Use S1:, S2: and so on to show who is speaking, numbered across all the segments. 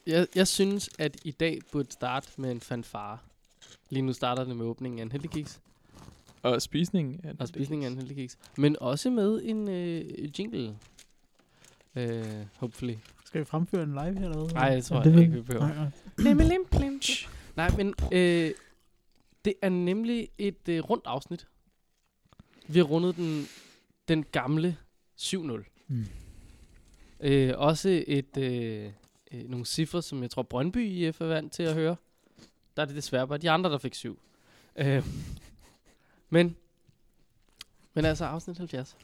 S1: Jeg synes, at i dag burde starte med en fanfare. Lige nu starter det med åbningen af en heldigkiks.
S2: Og spisningen
S1: af en heldigkiks. Men også med en jingle. Hopefully.
S3: Skal vi fremføre en live her eller hvad?
S1: Nej, jeg tror ikke, vi behøver.
S3: Nej.
S1: Nej, men det er nemlig et rundt afsnit. Vi har rundet den gamle 7-0. Også nogle cifre, som jeg tror Brøndby IF er vant til at høre. Der er det desværre bare de andre, der fik 7. Men altså afsnit 70.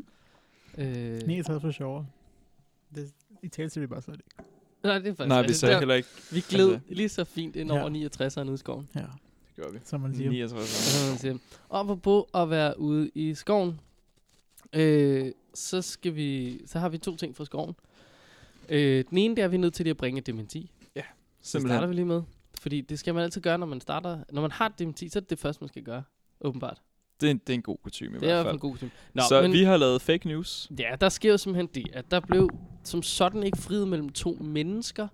S3: 69 for sjovere. I tale til vi bare slet ikke.
S1: Nej, det er faktisk
S2: Nej, vi sagde heller ikke.
S1: Vi gled lige så fint ind over 69'eren ude i skoven.
S3: Ja,
S2: Det gør vi.
S3: som man siger.
S2: 69.
S1: Og på at være ude i skoven, så har vi 2 ting fra skoven. Den ene, der er vi nødt til at bringe dementi.
S2: Ja,
S1: Så starter
S2: simpelthen.
S1: vi lige med. Fordi det skal man altid gøre, når man starter. Når man har dementi, så er det det første, man skal gøre. Åbenbart.
S2: Det er en god kutyme i
S1: Det er i
S2: hvert
S1: hvert fald
S2: fald.
S1: en god ting. Nå,
S2: Så
S1: men,
S2: vi har lavet fake news.
S1: ja, der sker jo simpelthen det, at der blev som sådan ikke friet mellem 2 mennesker.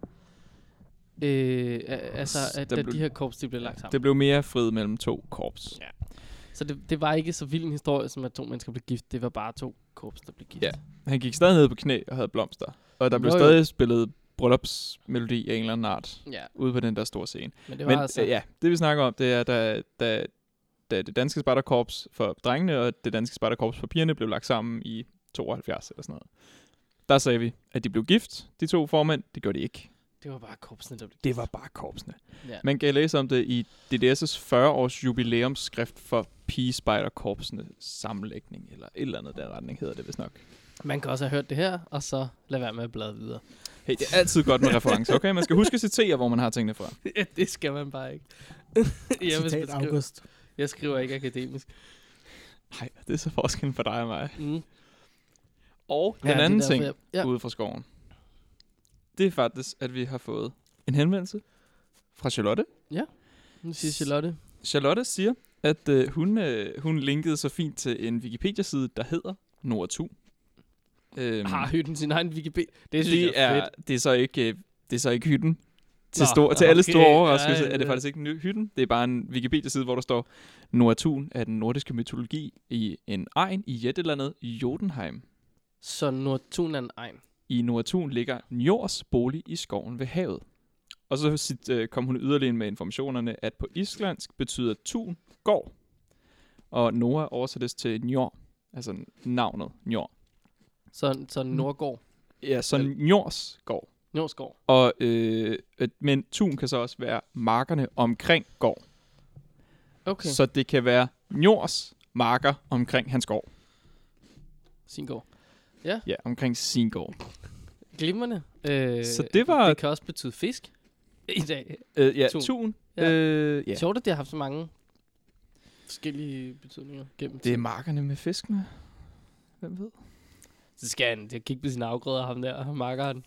S1: Altså, at da de her korps, de blev lagt sammen.
S2: Det blev mere fred mellem 2 korps.
S1: Ja. Så det var ikke så vild en historie, som at 2 mennesker blev gift. Det var bare 2 korps, der blev gift.
S2: Ja. Han gik stadig ned på knæ og havde blomster. Og der blev
S1: Jo, jo.
S2: stadig spillet bryllupsmelodi af en eller anden art.
S1: Ja,
S2: Ude på den der store scene.
S1: men det var altså...
S2: ja, det vi snakker om, det er, da det danske spejderkorps for drengene og det danske spejderkorps for pigerne blev lagt sammen i 72 eller sådan noget. Der sagde vi, at de blev gift, de 2 formænd. Det gjorde de ikke.
S1: Det var bare korpsene, der blev gift.
S2: Det var bare korpsene.
S1: Ja.
S2: Man kan læse om det i DDS' 40-års jubilæumsskrift for pigespejderkorpsene sammenlægning, eller et eller andet der retning hedder det vist nok.
S1: Man kan også have hørt det her, og så lade være med at bladre videre.
S2: Hey, det er altid godt med referencer, okay? Man skal huske at citere, hvor man har tingene fra.
S1: Ja, det skal man bare ikke.
S3: Citat August.
S1: Jeg skriver ikke akademisk.
S2: Nej, det er så forskellen for dig og mig.
S1: Mm.
S2: Og den
S1: Ja, det er
S2: anden
S1: derfor,
S2: ting ude fra skoven, det er faktisk, at vi har fået en henvendelse fra Charlotte.
S1: Nu siger Charlotte.
S2: Charlotte siger, at hun linkede så fint til en Wikipedia-side, der hedder Nordtun.
S1: Har hytten sin egen Wikipedia? Det synes jeg er fedt.
S2: Det er så ikke hytten. Til,
S1: Nå,
S2: til alle store
S1: okay.
S2: overraskelser
S1: Ja,
S2: er det faktisk ikke hytten. Det er bare en Wikipedia-side, hvor der står, Nordtun er den nordiske mytologi i en egen i Jættelandet i Jotunheim.
S1: Så Nordtun er en egen.
S2: I Nordtun ligger Njors bolig i skoven ved havet. Og så kom hun yderligere med informationerne, at på islandsk betyder tun gård. Og Nora oversættes til Njor, altså navnet Njor.
S1: Så Nordgård.
S2: Ja, så Njors gård.
S1: Nordskov.
S2: Og, men tun kan så også være markerne omkring gård.
S1: Okay.
S2: Så det kan være Njors marker omkring hans gård.
S1: Sin gård.
S2: Ja, omkring sin gård.
S1: Glimrende.
S2: Så det var...
S1: Det kan også betyde fisk i dag.
S2: ja,
S1: Tun.
S2: tun.
S1: Ja.
S2: Ja.
S1: Sjovt, at det har haft så mange forskellige betydninger gennem
S2: Det er
S1: tiden.
S2: markerne med fiskene. Hvem ved?
S1: Så skal han kigge på sine afgrøder, ham der, markeren.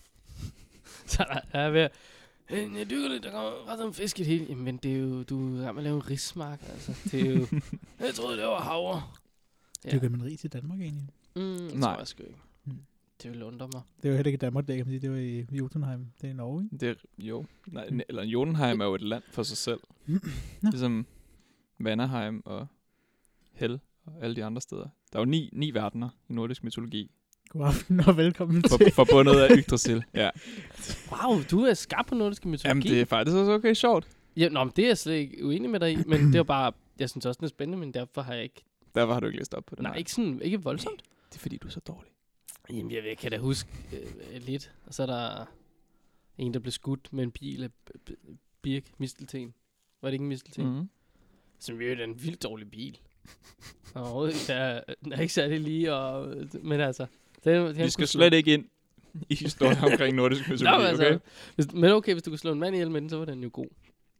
S1: Så der er ved jeg dykker lidt, der kommer ret som fisk i det hele. Jamen, det er jo, du er i gang med at lave en rismark, altså. Det er jo, jeg troede, det var havre.
S3: Ja. Dykker man ris i Danmark egentlig?
S1: Det
S2: Nej.
S1: tror jeg sgu ikke. Det vil undre mig.
S3: Det var heller ikke i Danmark, det kan man sige. Det var i Jotunheim. Det er i Norge, ikke?
S2: Det er, jo. Nej, eller Jotunheim er jo et land for sig selv. Ligesom Vanderheim og Hel og alle de andre steder. Der er jo 9 verdener i nordisk mytologi.
S3: God aften og velkommen til.
S2: Forbundet af Yggdrasil. Ja.
S1: Wow, du er skarp på nordisk mytologi.
S2: Jamen, det er faktisk også okay sjovt.
S1: Ja, nå, men det er jeg slet ikke uenig med dig i, men det er bare, jeg synes også, det er spændende, men derfor har jeg ikke...
S2: Derfor har du ikke læst op på det.
S1: Nej, ikke voldsomt.
S2: Det er fordi, du er så dårlig.
S1: Jamen, jeg kan da huske lidt. Og så er der en, der blev skudt med en bil af Birk Mistelten. Var det ikke en Mistelten?
S2: Mm-hmm.
S1: Som jo er en vildt dårlig bil. Overhovedet, den er ikke særlig lige, men altså...
S2: Vi skal slet ikke ind i historien omkring nordisk mytologi, okay?
S1: Men okay, hvis du kunne slå en mand ihjel med den, så var den jo god.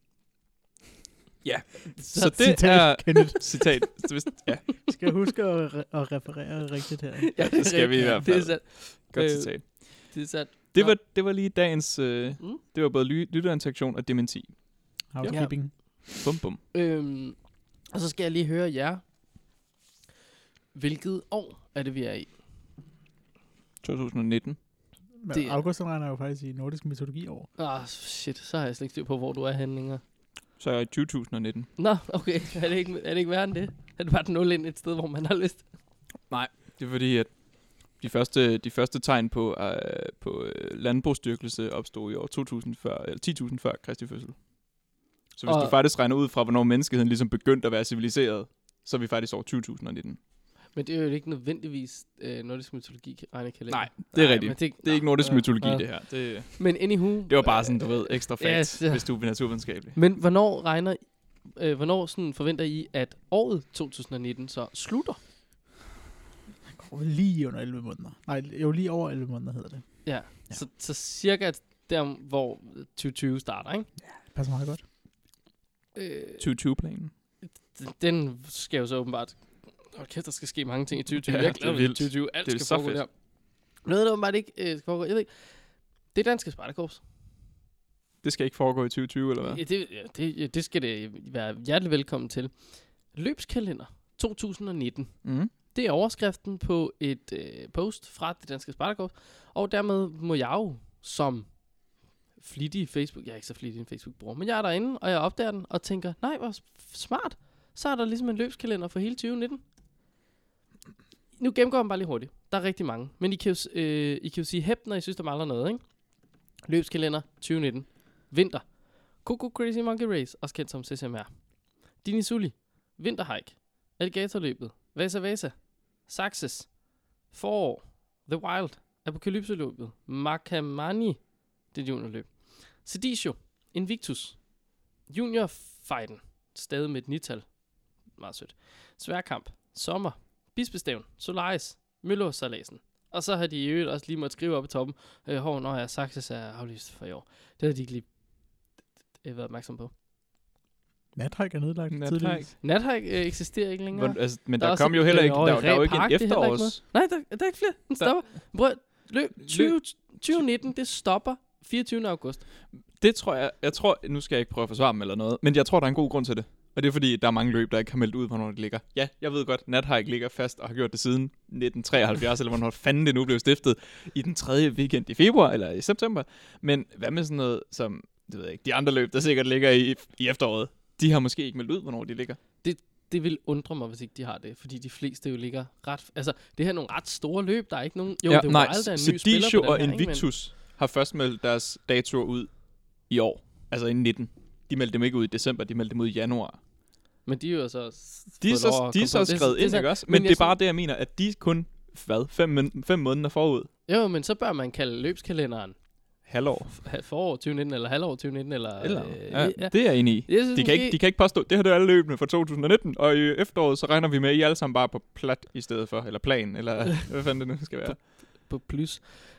S2: Ja, så det
S3: citat,
S2: er... Citat. Ja,
S3: Skal jeg huske at referere rigtigt her?
S2: ja, det skal vi i hvert fald.
S1: Det er sandt.
S2: Godt citat.
S1: Det er sandt.
S2: Det var lige dagens... Det var både lytterinteraktion og dementi.
S3: Housekeeping.
S2: Bum, bum.
S1: Og så skal jeg lige høre jer. Hvilket år er det, vi er i?
S2: 2019.
S3: Men august regner jo faktisk i nordisk mytologi over.
S1: Shit, så har jeg slet ikke styr på, hvor du er henne længere.
S2: Så er jeg i 2019.
S1: Nå, okay. Er det ikke værre end det? Er det bare et 0 ind et sted, hvor man har lyst?
S2: Nej, det er fordi, at de første tegn på landbrugsdyrkelse opstod i år 2000 før, eller 10.000 før Kristi fødsel. Så hvis du faktisk regner ud fra, hvornår menneskeheden ligesom begyndte at være civiliseret, så er vi faktisk over 2019.
S1: Men det er jo ikke nødvendigvis nordisk mytologi regnekalender.
S2: Nej, det er rigtigt. Det er ikke nordisk mytologi, det her.
S1: Men anywho...
S2: Det var bare sådan, du ved, ekstra facts, hvis du er naturvidenskabelig.
S1: Men hvornår sådan forventer I, at året 2019 så slutter?
S3: Lige under 11 måneder. Nej, jo lige over 11 måneder hedder det.
S1: Ja. Så cirka der, hvor 2020 starter, ikke?
S3: Ja, det passer meget godt.
S2: 2020-planen.
S1: Den skal jo så åbenbart... kæft, der skal ske mange ting i 2020.
S2: Ja,
S1: jeg glæder mig til 2020. Alt skal foregå der. Noget, der åbenbart ikke skal foregå. Jeg ved ikke. Det danske Spartakorps.
S2: Det skal ikke foregå i 2020, eller hvad?
S1: Det skal det være hjertelig velkommen til. Løbskalender 2019.
S2: Mm.
S1: Det er overskriften på et post fra det danske Spartakorps. Og dermed må jeg jo som flittig Facebook... Jeg er ikke så flittig en Facebook-bruger, men jeg er derinde, og jeg opdager den og tænker, nej, hvor smart. Så er der ligesom en løbskalender for hele 2019. Nu gennemgår jeg bare lige hurtigt. Der er rigtig mange. Men I kan jo sige hæb, når I synes, der mangler noget, ikke? Løbskalender 2019. Vinter. Coco Crazy Monkey Race, også kendt som CCMR. Dini Sully. Vinterhike. Alligatorløbet. Vasa. Saxes. Forår. The Wild. Apokalypseløbet. Makamani. Det er juniorløb. Sedicio. Invictus. Junior Fighten. Stadig med et nital. Meget sødt. Sværkamp. Sommer. Bispestævn. Solaris. Mølleårssalasen. Og så har de i øvrigt også lige måtte skrive op i toppen. Når jeg Saxes er aflyst for i år. Det har de ikke lige været opmærksom på.
S3: Nathike er nedlagt tidligere.
S1: Nathike eksisterer ikke længere.
S2: Men der kom jo heller ikke... Der er jo ikke en efterårs...
S1: Nej, der er ikke flere. Den stopper. Løb 2019, det stopper 24. august.
S2: Det tror jeg tror, nu skal jeg ikke prøve at forsvare dem eller noget, men jeg tror, der er en god grund til det. Og det er fordi, der er mange løb, der ikke har meldt ud, hvornår det ligger. Ja, jeg ved godt, Nathike ligger fast og har gjort det siden 1973, eller hvornår fanden det nu blev stiftet, i den 3. weekend i februar, eller i september. Men hvad med sådan noget, som, det ved jeg ikke, de andre løb, der sikkert ligger i efteråret, de har måske ikke meldt ud, hvornår de ligger.
S1: Det vil undre mig, hvis ikke de har det, fordi de fleste jo ligger ret... Altså, det her er nogle ret store løb, der er ikke nogen... Jo,
S2: ja,
S1: det er
S2: nej,
S1: Wild, der er en ny spiller på den
S2: og
S1: her,
S2: Invictus har først meldt deres datoer ud i år, altså i 19. De meldte dem ikke ud i december, de meldte dem ud i januar.
S1: Men de er jo så...
S2: De er så skrevet ind, ikke også? Men det er bare det, jeg mener, at de kun, 5 måneder forud.
S1: Jo, men så bør man kalde løbskalenderen
S2: halvår.
S1: Forår 2019, eller halvår 2019, eller...
S2: ja, det er jeg enig i. De kan ikke påstå, det her det er alle løbende for 2019, og i efteråret, så regner vi med, at I alle sammen bare på plat i stedet for, eller plan, eller hvad fanden det nu skal være.
S1: På plus.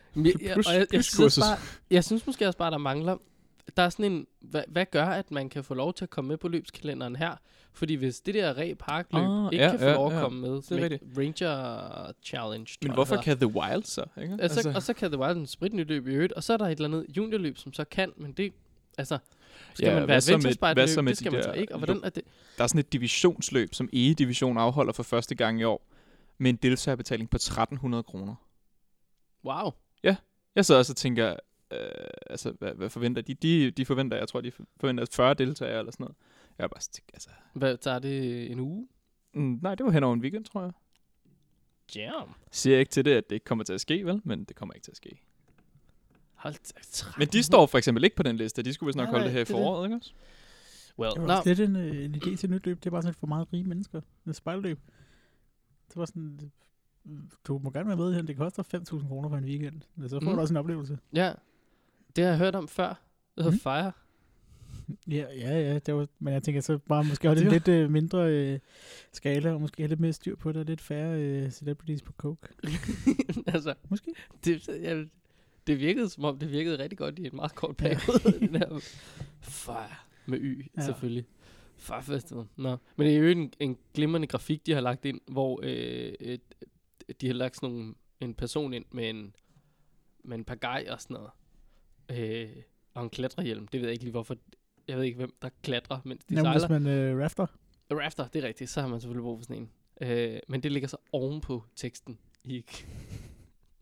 S1: Jeg synes måske også bare, der mangler... Der er sådan en... Hvad gør, at man kan få lov til at komme med på løbskalenderen her? Fordi hvis det der Ræ Parkløb ikke kan få lov at komme med Ranger Challenge...
S2: Men hvorfor kan The Wild så? Ikke?
S1: Og så kan The Wild en spritnyt løb i øvrigt, og så er der et eller andet juniorløb, som så kan, men det... Altså, skal man være adventure-spejderløb, det skal man så ikke. Og hvordan er det?
S2: Der er sådan et divisionsløb, som E-division afholder for første gang i år, med en deltagerbetaling på 1.300 kroner.
S1: Wow.
S2: Ja, jeg sidder også og tænker... hvad forventer de? De forventer, jeg tror, de forventer 40 deltagere eller sådan noget. Jeg har bare tænkt, altså...
S1: Hvad tager det en uge?
S2: Nej, det var hen over en weekend, tror jeg.
S1: Jam.
S2: Siger ikke til det, at det ikke kommer til at ske, vel? Men det kommer ikke til at ske.
S1: Men
S2: de står for eksempel ikke på den liste. De skulle vist nok holde det her i foråret, ikke også?
S3: Det var lidt en idé til nyt løb. Det er bare sådan for meget rige mennesker. En spejlløb. Det var sådan... Du må gerne være med her. Det koster 5.000 kroner for en weekend. Så får du også en oplevelse.
S1: Ja. Det har jeg hørt om før. Det hedder Fire.
S3: Ja. Det var, men jeg tænker så bare måske have det lidt mindre skala, og måske have lidt mere styr på det, og lidt færre celebrities på coke.
S1: Altså,
S3: måske?
S1: Det virkede, som om det virkede rigtig godt i en meget kort periode. Den her Fire med Y, selvfølgelig. Fire Festival. Nå. Men det er jo en glimrende grafik, de har lagt ind, hvor de har lagt sådan en person ind med en pagaj og sådan noget. Og en klatrehjelm. Det ved jeg ikke lige hvorfor. Jeg ved ikke, hvem der klatrer, mens de sejler.
S3: Hvis man rafter.
S1: Rafter, det er rigtigt. Så har man selvfølgelig brug for sådan en. Men det ligger så oven på teksten.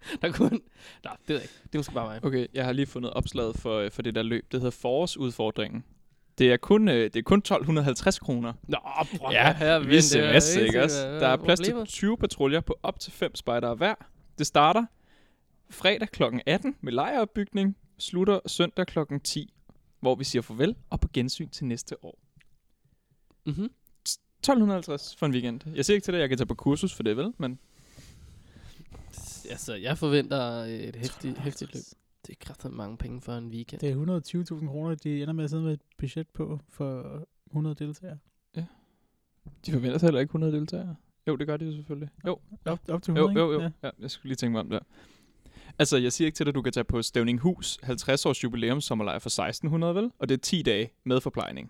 S1: Der kunne... Nå, det ved jeg ikke. Det er måske bare mig.
S2: Okay, jeg har lige fundet opslaget for det der løb. Det hedder forårsudfordringen. Det er kun 1250 kroner.
S1: Nå, bror.
S2: Ja, vi sms, ikke også? Der er plads til 20 patruljer på op til 5 spejdere hver. Det starter fredag kl. 18 med lejropbygning, slutter søndag kl. 10, hvor vi siger farvel og på gensyn til næste år. 1250 for en weekend. Jeg siger ikke til dig, at jeg kan tage på kursus for det, vel? Men
S1: altså, jeg forventer et hæftigt løb. Det er kraftigt mange penge for en weekend.
S3: Det er 120.000 kroner, de ender med at sidde med et budget på for 100 deltagere.
S2: Ja. De forventer sig heller ikke 100 deltagere. Jo, det gør de jo selvfølgelig. Jo.
S3: Op til 100,
S2: Jo. Ja, jeg skulle lige tænke mig om det. Altså, jeg siger ikke til dig, at du kan tage på Stævninghus 50 års jubilæum sommerlejr for 1600, vel? Og det er 10 dage med forplejning.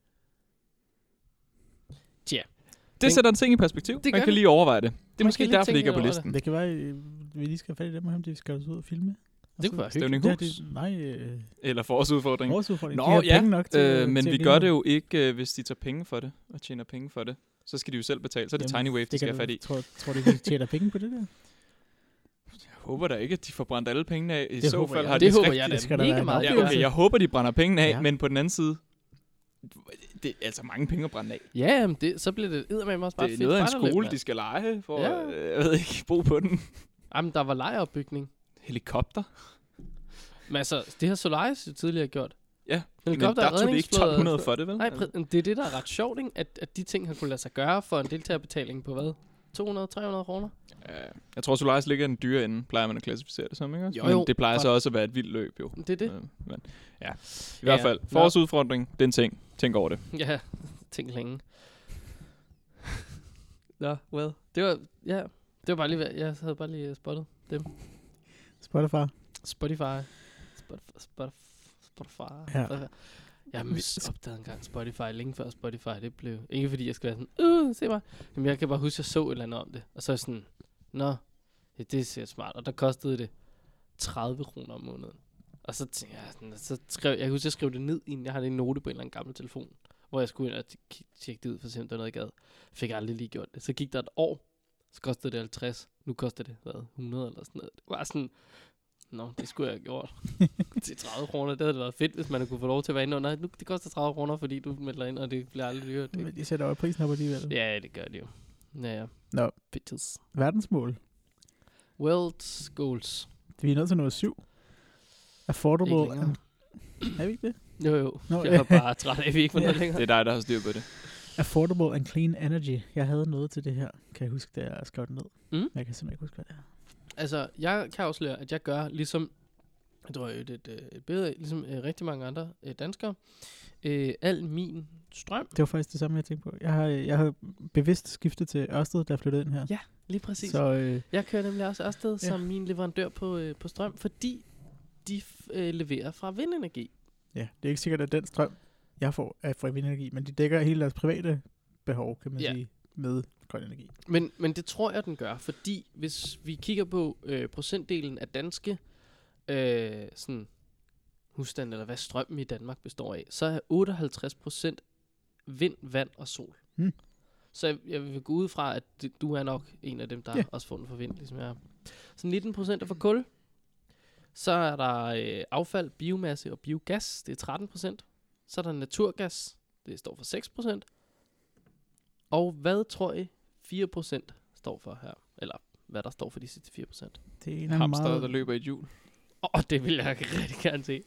S1: Tja.
S2: Det sætter en ting i perspektiv. Man kan lige overveje det. Det er måske derfor, det ikke er på listen.
S3: Det kan være, vi lige skal have fat i dem og ham, de skal ud og filme.
S1: Det kunne være
S2: Stævninghus?
S3: Eller
S2: forårsudfordring.
S3: Nå,
S2: ja,
S3: nok til,
S2: men vi gør det jo ikke, hvis de tager penge for det og tjener penge for det. Så skal de jo selv betale. Så er det Tiny Wave, de skal have fat i.
S3: Tror du, de tjener penge på det der?
S2: Jeg håber da ikke, at de får brændt alle pengene af. I
S3: det
S2: så fald
S3: jeg.
S2: har
S1: det
S2: de
S1: håber jeg da mega meget.
S2: Ja, okay, jeg håber, de brænder pengene af, men på den anden side, det er altså mange penge at brænde af.
S1: Ja, så bliver det eddermame også bare fedt.
S2: Det er noget af en skole, de skal lege for, jeg ved ikke, bo på den.
S1: Jamen, der var lejeopbygning.
S2: Helikopter.
S1: Men altså, det har Solaris jo tidligere gjort.
S2: Ja,
S1: helikopter
S2: men der tog de ikke 1200 for det, vel?
S1: Nej, det er det, der er ret sjovt, ikke? At de ting har kunne lade sig gøre for en deltagerbetaling på hvad? 200-300 kroner?
S2: Jeg tror, Solaris ligger i den dyre ende, plejer man at klassificere det som, ikke også?
S1: Jo,
S2: men det plejer så også at være et vildt løb, jo.
S1: Det er det.
S2: Men, ja, i hvert fald. Forårsudfordring, det er en ting. Tænk over det.
S1: Ja, tænk længe. Nå, well. Det var bare lige, jeg havde bare lige spottet dem. Spotify.
S3: Ja.
S1: Jeg opdagede engang Spotify længe før Spotify det blev. Ikke fordi jeg skal være sådan, se mig. Men jeg kan bare huske, at jeg så et eller andet om det. Og så er sådan, ja, det ser smart. Og der kostede det 30 kroner om måneden. Og så tænkte jeg sådan, jeg kan huske, at jeg skrev det ned i jeg har det i en note på en eller anden gammel telefon, hvor jeg skulle ind og tjekke det ud, for eksempel, der var noget, jeg gad. Fik jeg aldrig lige gjort det. Så gik der et år, så kostede det 50. Nu koster det, 100 eller sådan noget. Det var sådan, det skulle jeg have gjort. Til 30 kroner, det havde været fedt, hvis man kunne få lov til at være inde under. Nu, det koster 30 kroner, fordi du melder ind, og det bliver aldrig dyrt.
S3: Men de sætter jo prisen op alligevel.
S1: Ja, det gør de jo. Ja.
S3: Nå.
S1: Bitches.
S3: Verdensmål.
S1: World goals.
S3: Vi er nødt til noget 7. Affordable. Er vi ikke det?
S1: Jo. Jeg var bare træt af, at vi ikke var noget længere.
S2: Det er dig, der har styr på det.
S3: Affordable and clean energy. Jeg havde noget til det her. Kan jeg huske, da jeg skrev det ned. Jeg kan simpelthen ikke huske, hvad det er.
S1: Altså, jeg kan afsløre, at jeg gør ligesom, jeg tror et billede af, ligesom rigtig mange andre danskere, al min strøm.
S3: Det var faktisk det samme, jeg tænkte på. Jeg har bevidst skiftet til Ørsted, der flyttede ind her.
S1: Ja, lige præcis.
S3: Så,
S1: jeg kører nemlig også Ørsted som min leverandør på strøm, fordi de leverer fra vindenergi.
S3: Ja, det er ikke sikkert, at den strøm, jeg får, er fra vindenergi, men de dækker hele deres private behov, kan man sige, med grøn energi.
S1: Men det tror jeg, den gør, fordi hvis vi kigger på procentdelen af danske sådan husstande, eller hvad strømmen i Danmark består af, så er 58% vind, vand og sol. Så jeg vil gå ud fra, at du er nok en af dem, der også får den for vind, ligesom jeg er. Så 19% er for kul. Så er der affald, biomasse og biogas, det er 13%. Så er der naturgas, det står for 6%. Og hvad tror I 4% står for her? Eller hvad der står for de sidste 4%?
S3: Det er en
S2: hamster,
S3: meget...
S2: der løber i et hjul.
S1: Det vil jeg rigtig gerne se.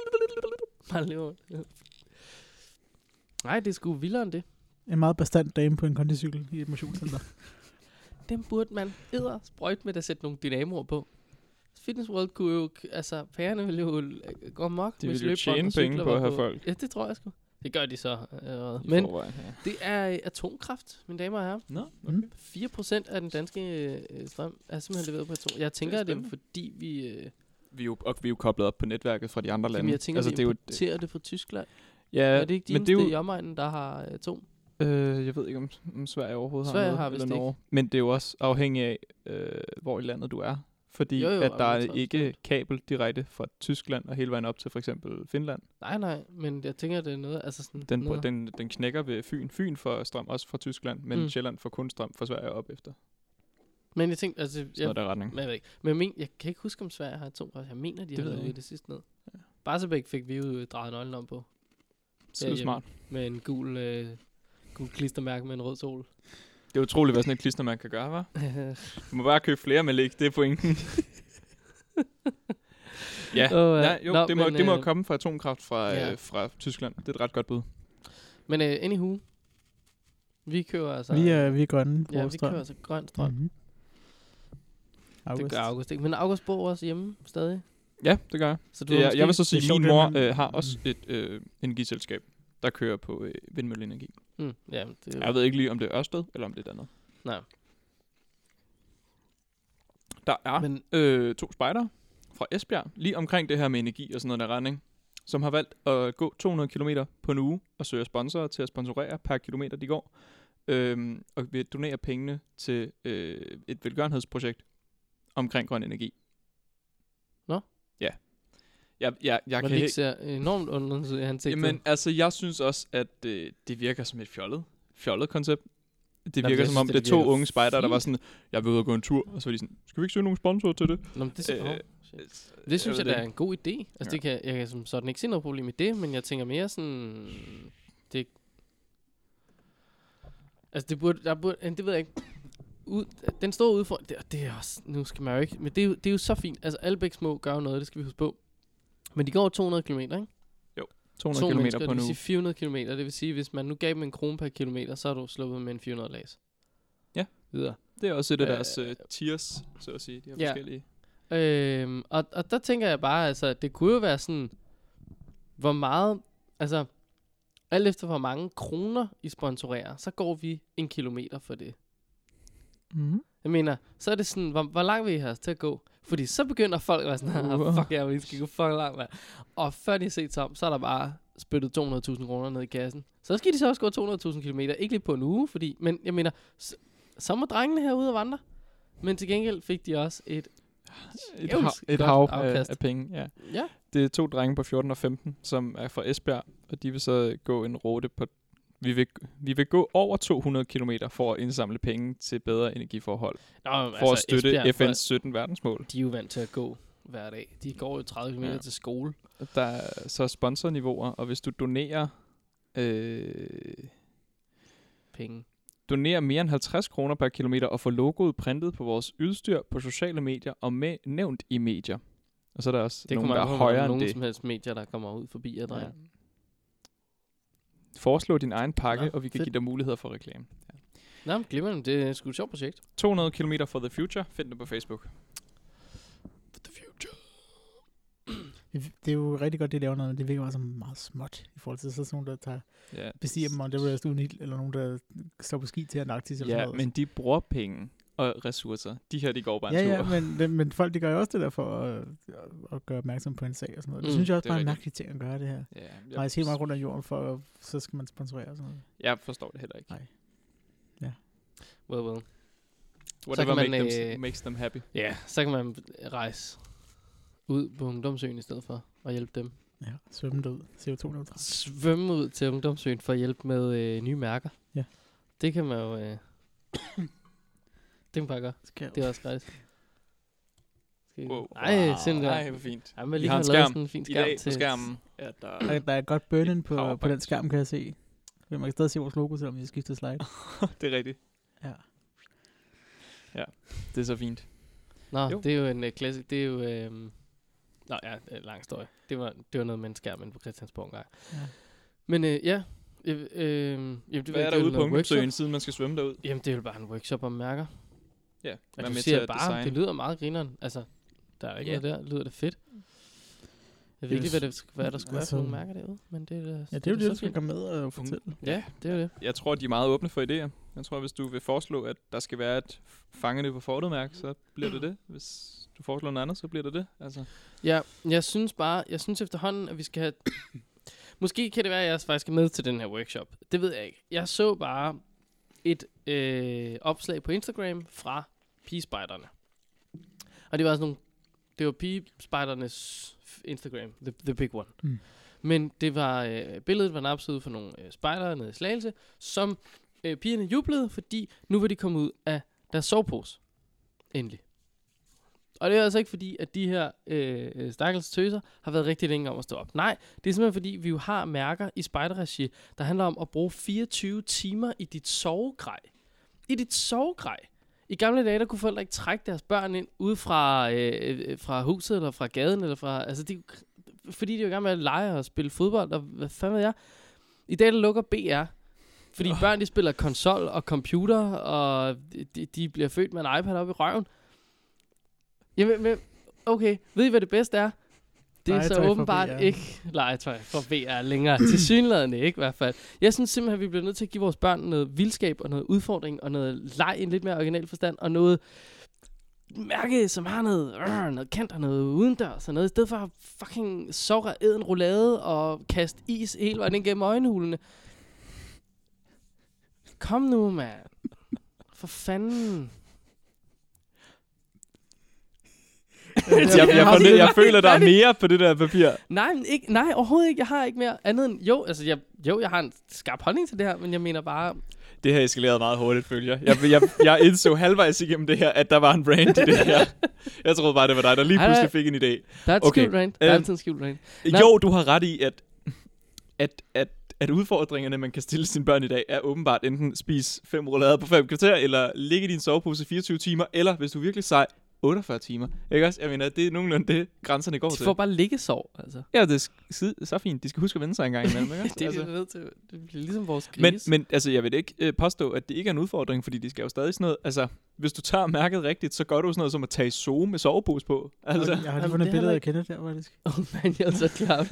S1: Nej, det er sgu vildere end det.
S3: En meget bestandt dame på en kondicykel i et motionscenter.
S1: Dem burde man sprøjt med at sætte nogle dynamoer på. Fitness World kunne jo, altså pærerne ville jo gå amok.
S2: De ville jo tjene penge på at have folk.
S1: Ja, det tror jeg sgu. Det gør de så. Men det er atomkraft, mine damer og herrer.
S2: Nå,
S1: okay. 4% af den danske strøm er simpelthen leveret på atom. Jeg tænker, at det er fordi vi... Vi
S2: er jo koblet op på netværket fra de andre lande.
S1: Jeg tænker, vi importerer det fra Tyskland.
S2: Ja,
S1: er det ikke de eneste i omegnen, der har atom?
S2: Jeg ved ikke, om Sverige overhovedet
S1: Sverige
S2: har
S1: noget,
S2: eller Norge. Men det er jo også afhængigt af, hvor i landet du er. Fordi at der er ikke kabel direkte fra Tyskland og hele vejen op til for eksempel Finland.
S1: Nej, men jeg tænker, det er noget... Altså sådan
S2: den knækker ved Fyn. Fyn får strøm også fra Tyskland, men Sjælland får kun strøm fra Sverige op efter.
S1: Men jeg tænkte, altså...
S2: Sådan noget der retning.
S1: Men jeg ved ikke. Men jeg kan ikke huske, om Sverige har atomkraft. Jeg mener, de har lavet det sidste ned.
S2: Ja.
S1: Barsebæk fik vi jo drejet nøglen om på.
S2: Det er smart.
S1: Med en gul klistermærke med en rød sol.
S2: Det er utroligt, hvad sådan et klistermærke kan gøre, hva'? Du må bare købe flere med læg, det er pointen. Ja, det må komme fra atomkraft fra Tyskland. Det er et ret godt bud.
S1: Men anywho, vi kører altså...
S3: Vi er grønne.
S1: Ja, vi kører altså grøn strøm.
S3: Mm-hmm.
S1: Det gør August ikke. Men August bor også hjemme stadig.
S2: Ja, det gør jeg.
S1: Så
S2: jeg vil så sige, at min mor har også et energiselskab, der kører på vindmølleenergi.
S1: Ja,
S2: jeg ved ikke lige, om det er Ørsted, eller om det er andet.
S1: Nej.
S2: Der er 2 spejdere fra Esbjerg, lige omkring det her med energi og sådan noget der retning, som har valgt at gå 200 km på en uge og søge sponsorer til at sponsorere per kilometer, de går. Og vil donere pengene til et velgørenhedsprojekt omkring grøn energi.
S1: Nå?
S2: Ja. Jeg kan
S1: ikke ser enormt undersøgt i hans
S2: ansigtet. Jamen, altså, jeg synes også, at det virker som et fjollet koncept. Det virker som om, det er 2 unge spejdere, der var sådan, jeg vil ud og gå en tur, og så var de sådan, skal vi ikke søge nogle sponsorer til det?
S1: Nå, det synes jeg, der er en god idé. Altså, jeg kan som sådan ikke se noget problem i det, men jeg tænker mere sådan, altså, det ved jeg ikke. Den store udfordring, det er også, nu skal man jo ikke, men det er jo så fint. Altså, alle begge små gør noget, det skal vi huske på. Men de går 200 km, ikke?
S2: Jo, 200 km på nu.
S1: Det vil sige 400 km. Det vil sige, hvis man nu gav dem 1 krone per kilometer, så er du sluppet med en 400 lags.
S2: Ja.
S1: Videre.
S2: Det er også et af deres tiers, så at sige. De har forskellige.
S1: Og der tænker jeg bare, altså, det kunne jo være sådan, hvor meget, altså, alt efter hvor mange kroner I sponsorerer, så går vi 1 kilometer for det.
S3: Mm.
S1: Jeg mener, så er det sådan, hvor langt vil I have os til at gå? Fordi så begynder folk at være sådan, fuck ja, vi skal gå fucking langt, man. Og før de har set sig om, så er der bare spyttet 200.000 kroner ned i kassen. Så skal de så også gå 200.000 kilometer, ikke lige på en uge, fordi, men jeg mener, så må drengene herude og vandre. Men til gengæld fik de også et
S2: hav af penge,
S1: ja.
S2: Det er 2 drenge på 14 og 15, som er fra Esbjerg, og de vil så gå en rute på... Vi vil gå over 200 km for at indsamle penge til bedre energiforhold. For at støtte Esbjerg, FN's 17 verdensmål.
S1: De er jo vant til at gå hver dag. De går jo 30 km til skole.
S2: Der er så sponsorniveauer, og hvis du donerer...
S1: penge.
S2: Donerer mere end 50 kroner per kilometer og får logoet printet på vores udstyr på sociale medier og nævnt i medier. Og så er der også nogen, der er højere end det.
S1: Nogen som helst medier, der kommer ud forbi og drejer.
S2: Foreslå din egen pakke, og vi kan give dig muligheder for reklame. Ja.
S1: Nå, glimrende. Det er sgu et sjovt projekt.
S2: 200 km for the future. Find det på Facebook.
S1: For the future.
S3: Det er jo rigtig godt, det laver noget, men det virker også meget småt i forhold til sådan nogen, der bestiger dem, om det vil uden ild, eller nogen, der står på ski til Antarktis. Eller sådan noget.
S2: Men de bruger penge og ressourcer. De her, de går bare en tur.
S3: Ja, men folk, de gør jo også det der for at gøre opmærksom på en sag og sådan noget. Det synes jeg også bare er en mærkelig ting at gøre det her. Ja, rejse helt meget rundt af jorden, så skal man sponsorere og sådan noget.
S2: Jeg forstår det heller ikke.
S3: Nej. Ja.
S1: Well.
S2: Whatever makes them happy.
S1: Ja, så kan man rejse ud på Ungdomsøen i stedet for at hjælpe dem.
S3: Ja, svømme derud. CO2-neutralt.
S1: Svømme ud til Ungdomsøen for at hjælpe med nye mærker.
S3: Ja.
S1: Det kan man jo... det kan man bare gøre. Det er også gratis.
S2: Wow.
S1: Ej, sindssygt.
S2: Nej, hvor fint.
S1: Ja, men lige har lavet sådan en fin skærm
S2: til skærmen.
S3: Ja, der er godt burn-in på den skærm, kan jeg se. Man kan stadig se vores logo, selvom vi skifter slide.
S2: Det er rigtigt.
S3: Ja.
S2: Ja, det er så fint.
S1: Nå, det er jo en klassik. Det er jo... lang historie. Det var noget med en skærm inde på Christiansborg engang. Ja. Men ja...
S2: hvad er der ude på Ungdomsøen, siden man skal svømme derud?
S1: Jamen, det er jo bare en workshop om mærker.
S2: Ja,
S1: du siger bare, det lyder meget grineren. Altså, der er ikke noget der. Lyder det fedt. Jeg ved ikke, hvad der skulle være for nogle mærker derude. Men det er
S3: det er jo det, du skal komme med og fortælle.
S1: Ja, det er det.
S2: Jeg tror, de er meget åbne for idéer. Jeg tror, hvis du vil foreslå, at der skal være et fangende på fortet-mærke, så bliver det det. Hvis du foreslår noget andet, så bliver det det. Altså.
S1: Ja, jeg synes efterhånden, at vi skal have... Måske kan det være, at jeg faktisk er med til den her workshop. Det ved jeg ikke. Jeg så bare et opslag på Instagram fra pigespejderne. Og det var sådan nogle... Det var pigespejdernes Instagram, the big one. Mm. Men det var... billedet var napset ud for nogle spejdere nede i Slagelse, som pigerne jublede, fordi nu var de kommet ud af deres sovepose. Endelig. Og det er altså ikke fordi, at de her stakkels tøser har været rigtig længe om at stå op. Nej, det er simpelthen fordi, vi jo har mærker i spejderregi, der handler om at bruge 24 timer i dit sovegrej. I dit sovegrej. I gamle dage, der kunne forældre ikke trække deres børn ind ude fra huset, eller fra gaden, eller fra... Altså, fordi de jo gerne med at lege og spille fodbold, og hvad fanden ved jeg. I dag, der lukker BR. Fordi børn, de spiller konsol og computer, og de bliver født med en iPad op i røven. Jamen, okay. Ved I, hvad det bedste er? Det er så åbenbart ikke legetøj for VR længere. Tilsyneladende ikke i hvert fald. Jeg synes simpelthen, at vi bliver nødt til at give vores børn noget vildskab og noget udfordring og noget leg i en lidt mere original forstand og noget mærke, som har noget kant og noget udendørs og noget. I stedet for at fucking sove og æde en roulade og kaste is hele vejen gennem øjenhulene. Kom nu, mand. For fanden.
S2: Jeg føler, der er mere på det der papir.
S1: Nej, overhovedet ikke. Jeg har ikke mere andet end... Jeg har en skarp holdning til det her, men jeg mener bare...
S2: Det her eskalerede meget hurtigt, følger. Jeg indså halvvejs igennem det her, at der var en rant i det her. Jeg troede bare, det var dig, der lige pludselig fik en idé.
S1: Der er et skjult rant. Der er altid en skjult rant.
S2: Jo, du har ret i, at udfordringerne, man kan stille sine børn i dag, er åbenbart enten spise 5 roulader på 5 kvarter, eller ligge i din sovepose 24 timer, eller hvis du er virkelig sej, 48 timer. Ikke også? Jeg mener, det er nogenlunde det, grænserne går til.
S1: De får bare liggesov, altså.
S2: Ja, det er så fint. De skal huske at vende sig en gang imellem, ikke også?
S1: Det er det nødt til. Det bliver ligesom vores gris.
S2: Men altså, jeg vil ikke påstå, at det ikke er en udfordring, fordi de skal jo stadig sådan noget. Altså, hvis du tager mærket rigtigt, så gør du sådan noget som at tage Zoom med sovepose på. Altså.
S3: Jeg har lige fundet et billede af Kenneth der, faktisk.
S1: Man, jeg er så klar.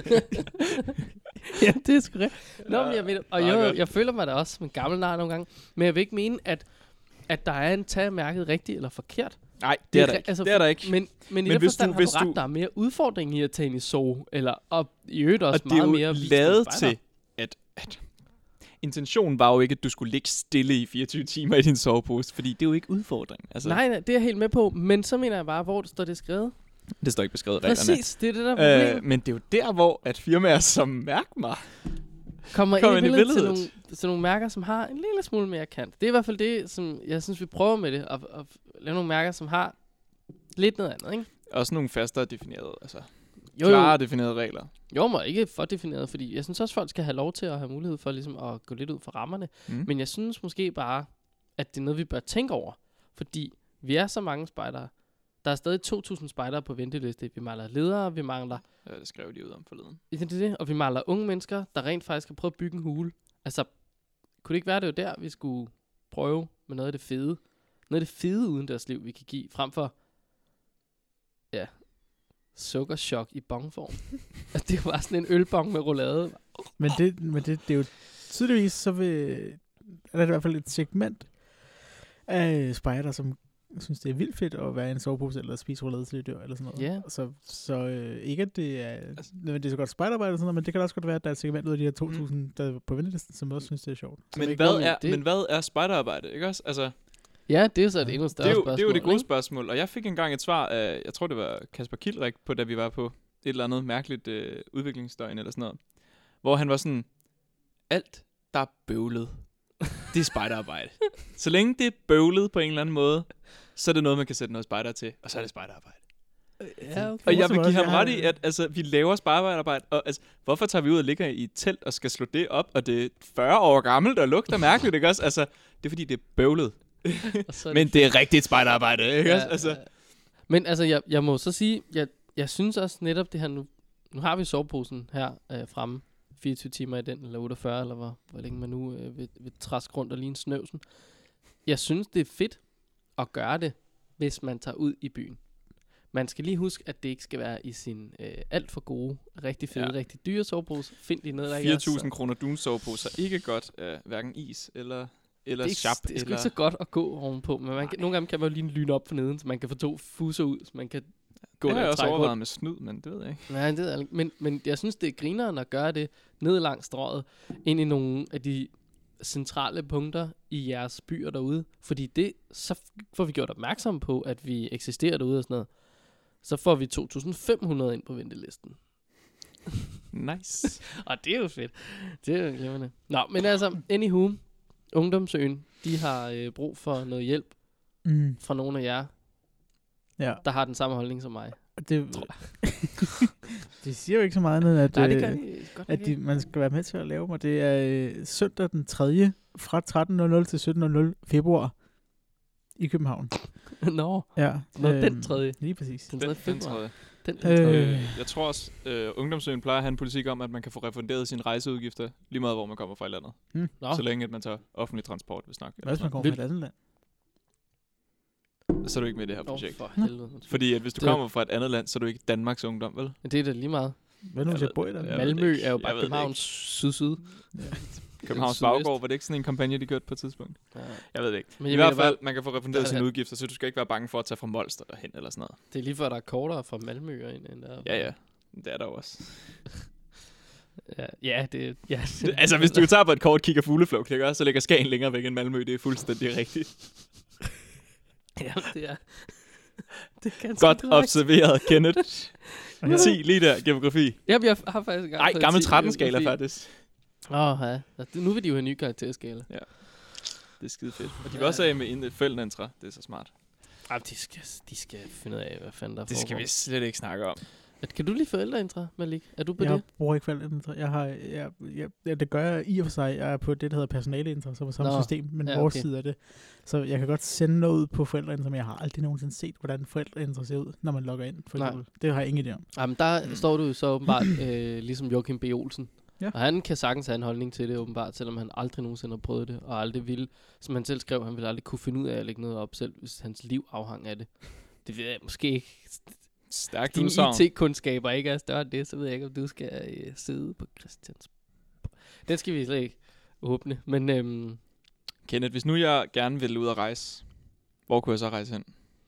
S1: Ja, det er sgu rigtigt. Nå, men jeg mener, jeg føler mig da også som en gammel nar nogle gange. Men jeg vil ikke mene, at der er en tag mærket rigtigt eller forkert.
S2: Nej, det er der ikke. Altså, det er der ikke.
S1: Men i det forstand har du ret, der er mere udfordring i at tage ind i zoo, eller og i øvrigt også og meget mere...
S2: Og det er jo lavet til, at intentionen var jo ikke, at du skulle ligge stille i 24 timer i din sovepose, fordi det er jo ikke udfordring. Altså.
S1: Nej, det er jeg helt med på, men så mener jeg bare, hvor det står det skrevet.
S2: Det står ikke beskrevet reglerne.
S1: Præcis, det er det der problem.
S2: Men det er jo der, hvor at firmaer som Mærkmar
S1: kommer ind i billedet til nogle mærker, som har en lille smule mere kant. Det er i hvert fald det, som jeg synes, vi prøver med det, at lave nogle mærker, som har lidt noget andet, ikke?
S2: Også nogle fastere definerede, altså klare definerede regler.
S1: Jo, men ikke for defineret, fordi jeg synes også, folk skal have lov til at have mulighed for ligesom at gå lidt ud for rammerne. Men jeg synes måske bare, at det er noget, vi bør tænke over. Fordi vi er så mange spejdere. Der er stadig 2.000 spejdere på venteliste. Vi mangler ledere, vi mangler...
S2: Ja, det skrev de ud om forleden.
S1: Det. Og vi mangler unge mennesker, der rent faktisk har prøvet at bygge en hule. Altså, kunne det ikke være, det var der, vi skulle prøve med noget af det fede? Noget af det fede udendørsliv, vi kan give, frem for... Ja... sukkerchok i bongform. Altså, det var sådan en ølbong med roulade.
S3: Men det er jo tydeligvis, så er der i hvert fald et segment af spejder, som synes, det er vildt fedt at være i en sovepose eller spise roulade til det dør, eller sådan noget.
S1: Yeah.
S3: Så ikke, at det er nødvendigvis så godt spejderarbejde eller sådan noget, men det kan også godt være, at der er et segment ud af de her 2.000, der er på ventelisten, som også synes, det er sjovt.
S2: Men hvad er spejderarbejde, ikke også? Altså,
S1: ja, det er så et endnu større spørgsmål.
S2: Det er jo det gode spørgsmål, og jeg fik engang et svar af, jeg tror det var Kasper Kildrik, på da vi var på et eller andet mærkeligt udviklingsdøgn eller sådan noget, hvor han var sådan, alt der er bøvlet, det er spejderarbejde. Så længe det er bøvlet på en eller anden måde, så er det noget, man kan sætte noget spejder til, og så er det spejderarbejde.
S1: Ja, okay.
S2: Og jeg vil give ham ret i, at altså, vi laver spejderarbejde, og altså, hvorfor tager vi ud og ligger i et telt og skal slå det op, og det er 40 år gammelt og lugter mærkeligt, ikke også? Altså, det er fordi, det er bøvlet. Men det er rigtigt spejderarbejde, ikke også? Altså.
S1: Men altså, jeg må så sige, jeg synes også netop det her, nu har vi soveposen her fremme, 24 timer i den, eller 48, eller hvor længe man nu vil traske rundt og ligne snøvsen. Jeg synes, det er fedt at gøre det, hvis man tager ud i byen. Man skal lige huske, at det ikke skal være i sin alt for gode, rigtig fede, rigtig dyre sovepose. Find lige noget, der ikke er
S2: 4.000 kroner dunsoveposer. Ikke godt af hverken is eller chap.
S1: Det er sgu ikke så godt at gå ovenpå, men nogle gange kan man jo lige lyne op for neden, så man kan få 2 fuser ud, så man kan gå der og trække rundt. Det har jeg også overvejet
S2: med snyd, men det ved jeg ikke.
S1: Nej, det ved jeg ikke. Men jeg synes, det er grineren at gøre det ned langs strøget, ind i nogle af de centrale punkter i jeres byer derude. Fordi det, så får vi gjort opmærksom på, at vi eksisterer derude og sådan noget. Så får vi 2.500 ind på ventelisten.
S2: Nice.
S1: Og det er jo fedt. Det er jo glimrende. Nå, men altså, anywho, Ungdomsøen, de har brug for noget hjælp fra nogle af jer der har den samme holdning som mig.
S3: Det, det siger jo ikke så meget andet, at,
S1: Nej, det kan de godt
S3: at man skal være med til at lave mig. Det er søndag den 3. fra 13.00 til 17.00 februar i København.
S1: Nå,
S3: Ja,
S1: den 3.
S3: Lige præcis.
S1: Den 3. februar. Den
S2: Jeg tror også, Ungdomsøen plejer at have en politik om, at man kan få refunderet sine rejseudgifter, lige meget hvor man kommer fra i landet. Så længe at man tager offentlig transport, hvis nok.
S3: Hvad hvis man kommer fra et andet land?
S2: Så er du ikke med i det her projekt.
S1: For helvede.
S2: Fordi at hvis du kommer fra et andet land, så er du ikke Danmarks ungdom, vel?
S1: Men det er da lige meget.
S3: Hvad nu, hvis jeg bor i der?
S1: Malmø er jo bare Københavns syd.
S2: Københavns Baggård, var det ikke sådan en kampagne, de kørte på et tidspunkt?
S1: Ja.
S2: Jeg ved det ikke.
S1: Men
S2: I hvert fald, man kan få refunderet sine udgifter, så du skal ikke være bange for at tage fra Molster derhen eller sådan noget.
S1: Det er lige før, der er kortere fra Malmø end der.
S2: Ja. Det er der også.
S1: Ja, det ja.
S2: Altså, hvis du tager på et kort kig af fugleflugt, så ligger Skagen længere væk end Malmø. Det er fuldstændig rigtigt.
S1: Ja, det er... Det er
S2: godt observeret, Kenneth. 10 lige der, geografi.
S1: Ja, jeg har faktisk...
S2: Nej, gammel 13-skala faktisk.
S1: Ja. Nu vil de jo have en ny karakterskala.
S2: Ja. Det er skide fedt. Og de vil også have med en forældreintra. Det er så smart.
S1: Ja, de skal finde ud af, hvad fanden der
S2: det skal vi slet ikke snakke om.
S1: Kan du lide forældreintra, Malik? Er du på det?
S3: Jeg bruger ikke forældreintra. Det gør jeg i og for sig. Jeg er på det, der hedder personaleintra, som er samme system, men vores side af det. Så jeg kan godt sende noget ud på forældreintra, men jeg har aldrig nogensinde set, hvordan forældreintra ser ud, når man logger ind. For eksempel. Det har jeg ingen idé om.
S1: Jamen, der står du så åbenbart ligesom Joachim B. Olsen.
S3: Ja.
S1: Og han kan sagtens have en holdning til det, åbenbart, selvom han aldrig nogensinde har prøvet det, og aldrig ville, som han selv skrev, han ville aldrig kunne finde ud af at lægge noget op selv, hvis hans liv afhang af det. Det ved jeg måske ikke.
S2: Stærkt
S1: dine IT-kundskaber ikke er større end det, så ved jeg ikke, om du skal sidde på Christiansborg. Den skal vi slet ikke åbne, men...
S2: Kenneth, hvis nu jeg gerne vil ud og rejse, hvor kunne jeg så rejse hen?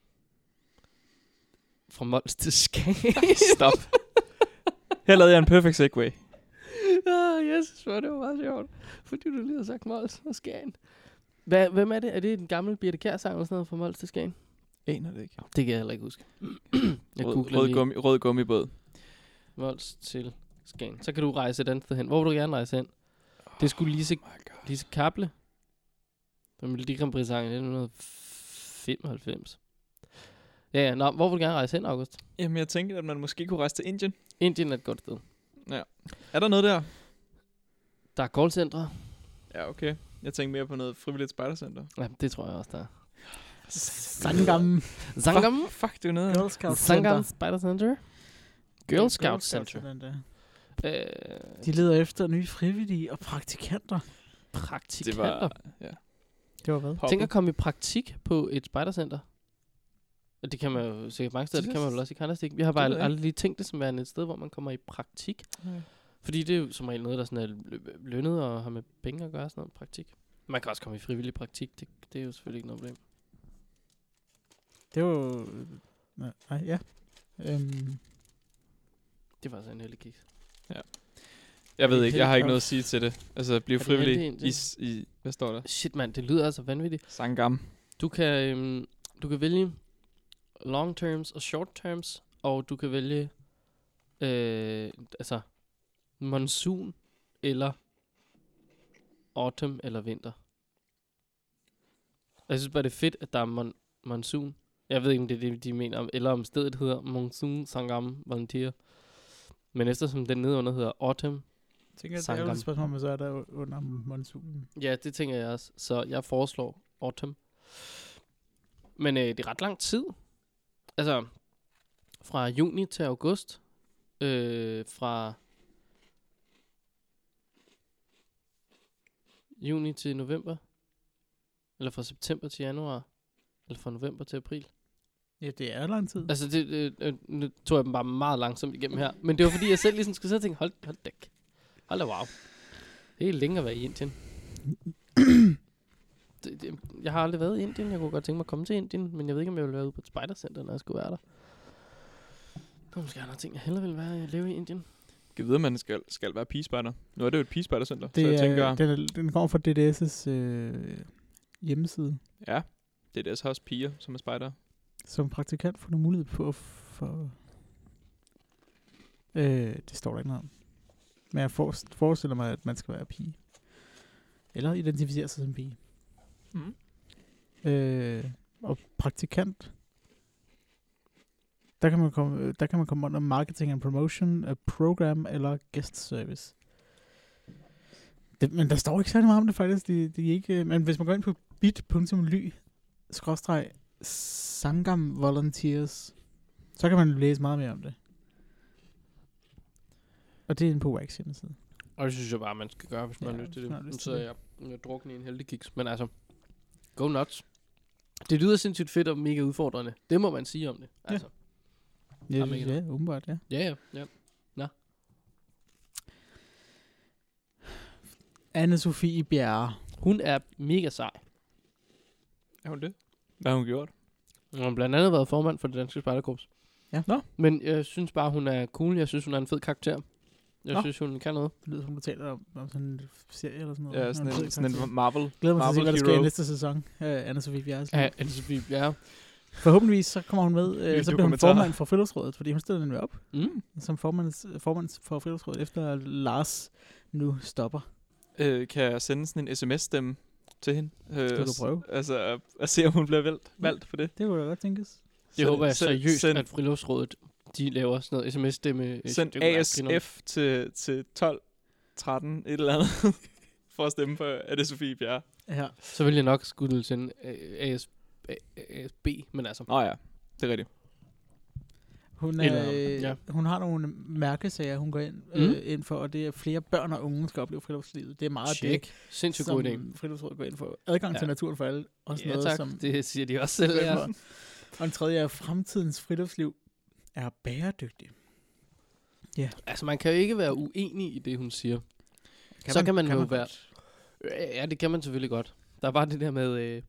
S1: Fra Mols til Skagen.
S2: Stop. Her lavede jeg en perfect segue.
S1: Jeg synes, det var meget sjovt, fordi du lige har sagt Mols og Skagen. Hvem er det? Er det en gammel Birthe Kjær-sang eller sådan noget fra Mols til Skagen?
S2: Aner det ikke.
S1: Det kan jeg heller ikke huske.
S2: Rød gummibåd.
S1: Mols til Skagen. Så kan du rejse et andet sted hen. Hvor vil du gerne rejse hen? Det skulle Lise Kaple. Det var Melodi Grand Prix-sang i 1995. Ja. Nå, hvor vil du gerne rejse hen, August?
S2: Jamen, jeg tænkte, at man måske kunne rejse til Indien.
S1: Indien er et godt sted.
S2: Ja. Er der noget der?
S1: Der er callcentre.
S2: Ja, okay. Jeg tænkte mere på noget frivilligt spejdercenter.
S1: Ja, det tror jeg også, der er.
S3: Sangam.
S2: Fuck, du er noget.
S3: Girl Scout
S1: Sangam Spider Center. Girl Scout Center.
S3: De leder efter nye frivillige og praktikanter.
S1: Praktikanter?
S3: Det var hvad?
S1: Tænk at komme i praktik på et spejdercenter. Det kan man jo sikkert mange steder. Det kan man jo også i Kanderstik. Vi har bare aldrig lige tænkt det som værende et sted, hvor man kommer i praktik. Okay. Fordi det er jo som regel noget, der sådan er lønnet og har med penge at gøre, sådan noget praktik. Man kan også komme i frivillig praktik. Det er jo selvfølgelig ikke noget problem.
S3: Det var jo... Nej, ja.
S1: Det var så en heldig kiks.
S2: Ja. Jeg ved ikke, jeg har ikke noget at sige til det. Altså, blive frivillig i... Hvad står der?
S1: Shit, mand, det lyder altså vanvittigt.
S2: Sangam.
S1: Du kan vælge long terms og short terms, og du kan vælge monsun eller autumn eller vinter. Jeg synes bare, det er fedt, at der er monsun. Jeg ved ikke, om det er det, de mener om, eller om stedet hedder Monsun Sangam Volunteer. Men eftersom den nedenunder hedder Autumn
S3: tænker, det er jo et spørgsmål, men så er der under monsunen.
S1: Ja, det tænker jeg også. Så jeg foreslår Autumn. Men det er ret lang tid. Altså, fra juni til august. Fra juni til november. Eller fra september til januar. Eller fra november til april.
S3: Ja, det er lang tid.
S1: Altså, nu tog jeg dem bare meget langsomt igennem her. Men det var fordi, jeg selv ligesom skulle sidde og tænke, hold da wow. Det er længe at være i Indien. Jeg har aldrig været i Indien. Jeg kunne godt tænke mig at komme til Indien, men jeg ved ikke, om jeg ville være ude på et spejdercenter, når jeg skulle være der. Der er måske andre ting, jeg hellere ville være at leve i Indien.
S2: Jeg ved, at man skal være pigespejder. Nu er det jo et pigespejdercenter,
S3: så
S2: jeg tænker...
S3: Den kommer fra DDS' hjemmeside.
S2: Ja, DDS har også piger, som er spejdere.
S3: Som praktikant får du mulighed på for... det står der ikke noget om. Men jeg forestiller mig, at man skal være pige. Eller identificere sig som pige.
S2: Mm.
S3: Og praktikant Der kan man komme under marketing and promotion, program eller guest service. Men der står ikke særlig meget om det faktisk. De ikke, men hvis man går ind på bit.ly/Sangam Volunteers, så kan man læse meget mere om det. Og det er en på WAX hjemmeside.
S1: Og det synes jeg bare, man skal gøre, hvis man har lyst til det. Nu sidder jeg drukner i en heldig kiks. Men altså, go nuts. Det lyder sindssygt fedt og mega udfordrende. Det må man sige om det. Altså.
S3: Ja, åbenbart, ja.
S1: Ja. Nå.
S3: Anne-Sophie Bjerre.
S1: Hun er mega sej.
S2: Er hun det? Hvad har hun gjort?
S1: Hun har blandt andet været formand for det danske spejderkorps.
S3: Ja.
S2: Nå.
S1: Men jeg synes bare, hun er cool. Jeg synes, hun er en fed karakter. Jeg synes, hun kan noget.
S3: Det lyder som, du taler om sådan en serie eller sådan noget.
S2: Ja, sådan en Marvel.
S3: Glæder mig til at se, hvad der sker i
S2: hero.
S3: næste sæson. Anne-Sophie Bjerre.
S1: Ja, Anne-Sophie Bjerre.
S3: Forhåbentligvis så kommer hun med, så bliver hun formand for Friluftsrådet, fordi hun stiller nemlig op som formand for Friluftsrådet, efter Lars nu stopper.
S2: Kan jeg sende sådan en sms-stemme til hende?
S3: Skal du prøve?
S2: Altså at se, om hun bliver valgt for det.
S3: Det kunne da godt tænkes.
S1: Det håber jeg seriøst, at Friluftsrådet de laver sådan noget sms-stemme.
S2: Send ASF til 12-13 et eller andet, for at stemme for Anne-Sophie Bjerre.
S3: Ja.
S1: Så vil jeg nok skulle sende ASB, men altså.
S2: Ja, det er rigtigt.
S3: Hun har nogle mærkesager, hun går ind for, og det er flere børn og unge skal opleve friluftslivet. Det er meget det,
S1: sindssygt god idé.
S3: Friluftsrådet går ind for. Adgang til naturen for alle. Og sådan noget,
S1: tak.
S3: Som
S1: det siger de også selv. Ja.
S3: Og en tredje er, fremtidens friluftsliv er bæredygtig. Ja.
S1: Altså, man kan jo ikke være uenig i det, hun siger. Så kan man jo være... Ja, det kan man selvfølgelig godt. Der var det der med...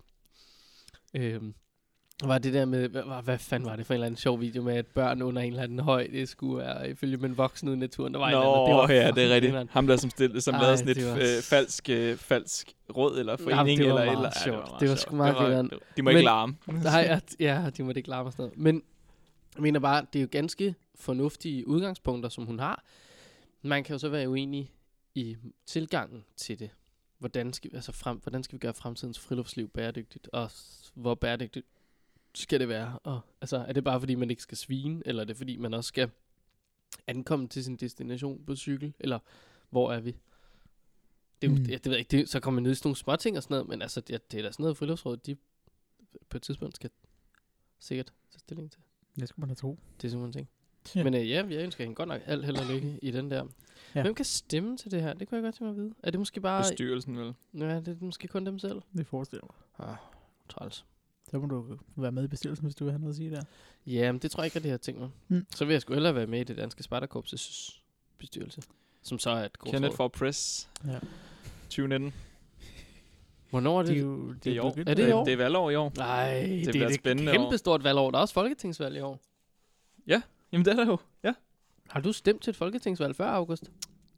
S1: hvad fanden var det for en eller anden sjov video med, at børn under en eller anden højde skulle være ifølge med en voksen ude i naturen. Der var
S2: det er rigtigt. Ham der som lavede sådan et falsk råd eller forening.
S1: Det var meget sjovt. Det var sgu meget grineren.
S2: De må ikke larme.
S1: Ja, de må ikke larme og sådan noget. Men jeg mener bare, det er jo ganske fornuftige udgangspunkter, som hun har. Man kan jo så være uenig i tilgangen til det. Hvordan skal vi gøre fremtidens friluftsliv bæredygtigt, og hvor bæredygtigt skal det være? Og, altså, er det bare fordi, man ikke skal svine, eller er det fordi, man også skal ankomme til sin destination på cykel, eller hvor er vi? Det ved jeg ikke, så kommer man ned i sådan nogle småting og sådan noget, men altså, det er da sådan noget, Friluftsrådet, de på et tidspunkt skal sikkert tage stilling til.
S3: Det skal man da tro.
S1: Det er sådan en ting.
S3: Ja.
S1: Men jeg ønsker hende godt nok alt held og lykke i den der. Ja. Hvem kan stemme til det her? Det kunne jeg godt tænke mig at vide. Er det måske bare...
S2: Bestyrelsen, vel?
S1: Ja, det er måske kun dem selv.
S3: Det forestiller mig.
S1: Træls.
S3: Så må du være med i bestyrelsen, hvis du vil have noget at sige der.
S1: Ja, men det tror jeg ikke, at det har tænkt mig. Så vil jeg sgu hellere være med i det danske spejderkorps' bestyrelse. Som så er et godt
S2: Kenneth for Press.
S3: Ja.
S2: 2019.
S1: Hvornår er det?
S2: Det er i år.
S1: Er det i år?
S2: Det er valgår i år.
S1: Nej, det er et
S2: spændende
S1: kæmpestort valgår. Der er også folketingsvalg i år.
S2: Ja, jamen det er der jo. Ja.
S1: Har du stemt til et folketingsvalg før august?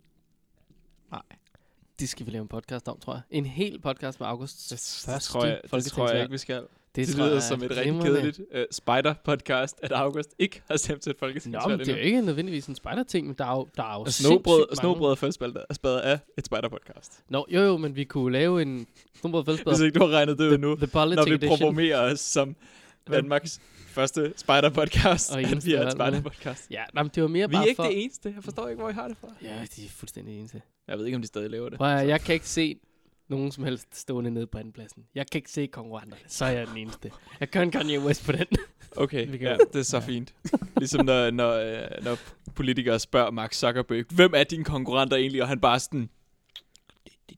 S2: Nej.
S1: Det skal vi lave en podcast om, tror jeg. En hel podcast med Augusts første folketingsvalg.
S2: Det tror jeg ikke, vi skal. Det lyder som et rigtig kedeligt spider-podcast, at August ikke har stemt til et folketingsvalg.
S1: Nå, men det er jo ikke nødvendigvis en spider-ting, men der er jo
S2: Snobrød og fællesbader er et spider-podcast.
S1: Nå, jo, men vi kunne lave en snobrød og fællesbader.
S2: Hvis ikke du har regnet det ud nu, når vi promoverer os som Danmarks første spider-podcast, at vi er et spider-podcast.
S1: Ja, men det var mere
S2: vi
S1: bare
S2: er ikke det eneste. Jeg forstår ikke, hvor I har det fra.
S1: Ja, de er fuldstændig eneste.
S2: Jeg ved ikke, om de stadig laver det.
S1: Jeg kan ikke se nogen som helst stående nede på andenpladsen. Jeg kan ikke se konkurrenterne. Så er jeg den eneste. Jeg kan Kanye West på den.
S2: Okay, ja, det er så fint. Ligesom når politikere spørger Mark Zuckerberg, hvem er dine konkurrenter egentlig? Og han bare sådan... Det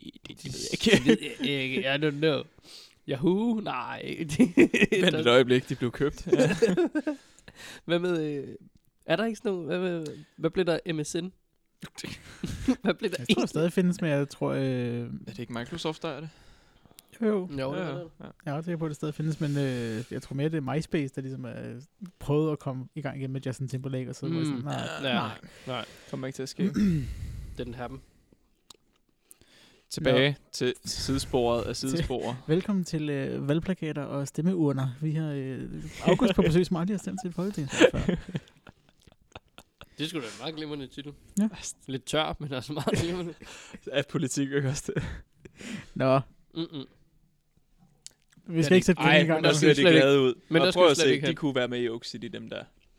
S2: ved jeg ikke.
S1: I don't know. Yahoo? Nej.
S2: Vent et øjeblik, de blev købt. Ja.
S1: Hvad med... er der ikke sådan noget... Hvad blev der MSN? Hvad blev der?
S3: Jeg tror, det stadig findes, men jeg tror...
S2: Er det ikke Microsoft, der er det?
S3: Jo.
S1: Ja.
S3: Jeg er sikker på, at det stadig findes, men jeg tror mere, det er MySpace, der ligesom er prøvet at komme i gang igen med Justin Timberlake, og så var sådan,
S2: nej. Kommer ikke til at ske.
S1: Den her dem.
S2: Tilbage til sidesporet af sidesporet.
S3: Velkommen til valgplakater og stemmeurner. Vi har August på besøg, som aldrig har stemt til et folketingsvalg før.
S1: Det skulle da en meget glimrende titel.
S3: Ja.
S1: Lidt tør, men også meget glimrende.
S2: At politik ikke også det.
S3: Nå. Vi skal ikke sætte den i gang.
S2: Men der ser de glade ud.
S1: Men
S2: og
S1: der
S2: prøv at se, de kunne være med i Oxy, de dem der.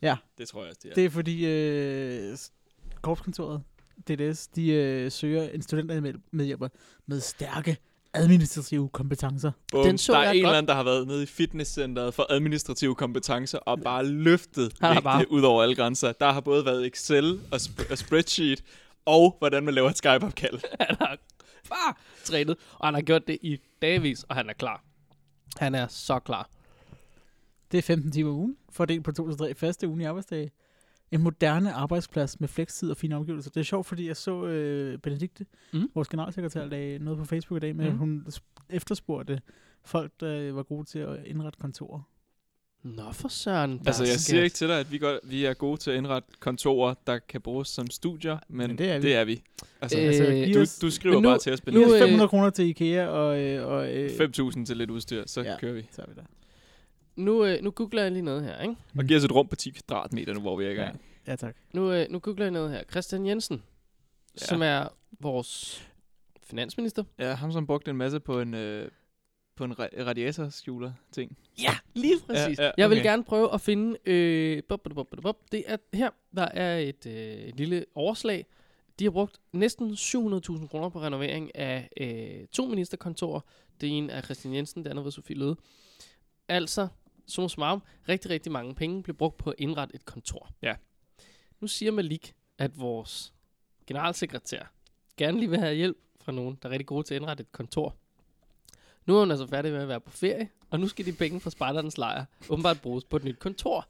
S3: Ja.
S2: Det tror jeg også, det er.
S3: Det er fordi korpskontoret, DDS, de søger en studentermedhjælper med stærke administrative kompetencer.
S1: Den så
S2: der er
S1: jeg
S2: en
S1: godt.
S2: eller anden, der har været nede i fitnesscenteret for administrative kompetencer og bare løftet
S1: Han har
S2: vægte
S1: bare-
S2: ud over alle grænser. Der har både været Excel og spreadsheet og hvordan man laver et Skype-opkald.
S1: Han har bare trænet, og han har gjort det i dagvis, og han er klar. Han er så klar.
S3: Det er 15 timer om ugen, fordelt på 2-3 faste ugen i arbejdsdage. En moderne arbejdsplads med flekstid og fine omgivelser. Det er sjovt, fordi jeg så Benedikte, vores generalsekretær, lagde noget på Facebook i dag med, at hun efterspurgte folk, der var gode til at indrette kontorer.
S1: Nå for søren.
S2: Altså, jeg siger ikke til dig, at vi er gode til at indrette kontorer, der kan bruges som studier, men det er vi. Altså, du skriver
S1: nu-
S2: bare til os,
S3: Giv
S2: Benedikte.
S3: os 500 kroner til IKEA og
S2: 5.000 til lidt udstyr, så kører vi.
S3: Så er vi der.
S1: Nu googler jeg lige noget her, ikke?
S2: Og giver os et rum på 10 kvadratmeter nu, hvor vi er i gang.
S3: Ja, tak.
S1: Nu googler jeg noget her. Christian Jensen, som er vores finansminister.
S2: Ja, ham som brugte en masse på en radiatorskjuler ting.
S1: Ja, lige præcis.
S2: Ja,
S1: Jeg vil
S2: okay.
S1: gerne prøve at finde... Det er her, der er et lille overslag. De har brugt næsten 700.000 kroner på renovering af 2 ministerkontorer. Det ene er Christian Jensen, det andet var Sofie Løde. Altså, summa summarum, rigtig, rigtig mange penge blev brugt på at indrette et kontor.
S2: Ja.
S1: Nu siger Malik, at vores generalsekretær gerne lige vil have hjælp fra nogen, der er rigtig gode til at indrette et kontor. Nu er hun altså færdig med at være på ferie, og nu skal de penge fra spejderens lejr åbenbart bruges på et nyt kontor.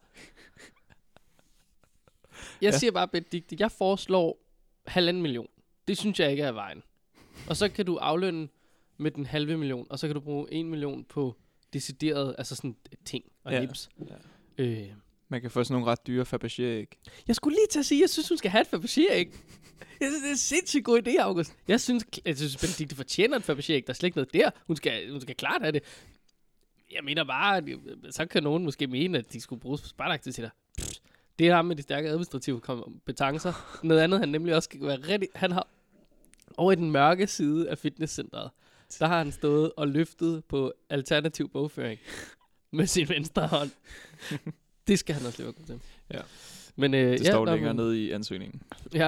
S1: Jeg siger bare, Benedikte, jeg foreslår 1,5 million. Det synes jeg ikke er vejen. Og så kan du aflønne med den 500.000, og så kan du bruge 1 million på decideret, altså sådan ting og nips.
S2: Ja. Man kan få sådan nogle ret dyre Fabergé-æg.
S1: Jeg skulle lige til at sige, at jeg synes, hun skal have et Fabergé-æg. Jeg synes, det er en sindssygt god idé, August. Jeg synes Benedikte fortjener et Fabergé-æg. Der er slet ikke noget der. Hun skal klart have det. Jeg mener bare, at så kan nogen måske mene, at de skulle bruges på spejderaktiviteter. Det er ham med de stærke administrative kompetencer. Noget andet, han nemlig også skal være rigtig... Han har over i den mørke side af fitnesscenteret, der har han stået og løftet på alternativ bogføring med sin venstre hånd. Det skal han også leve til.
S2: Ja.
S1: Men,
S2: det står længere nede i ansøgningen.
S1: Ja.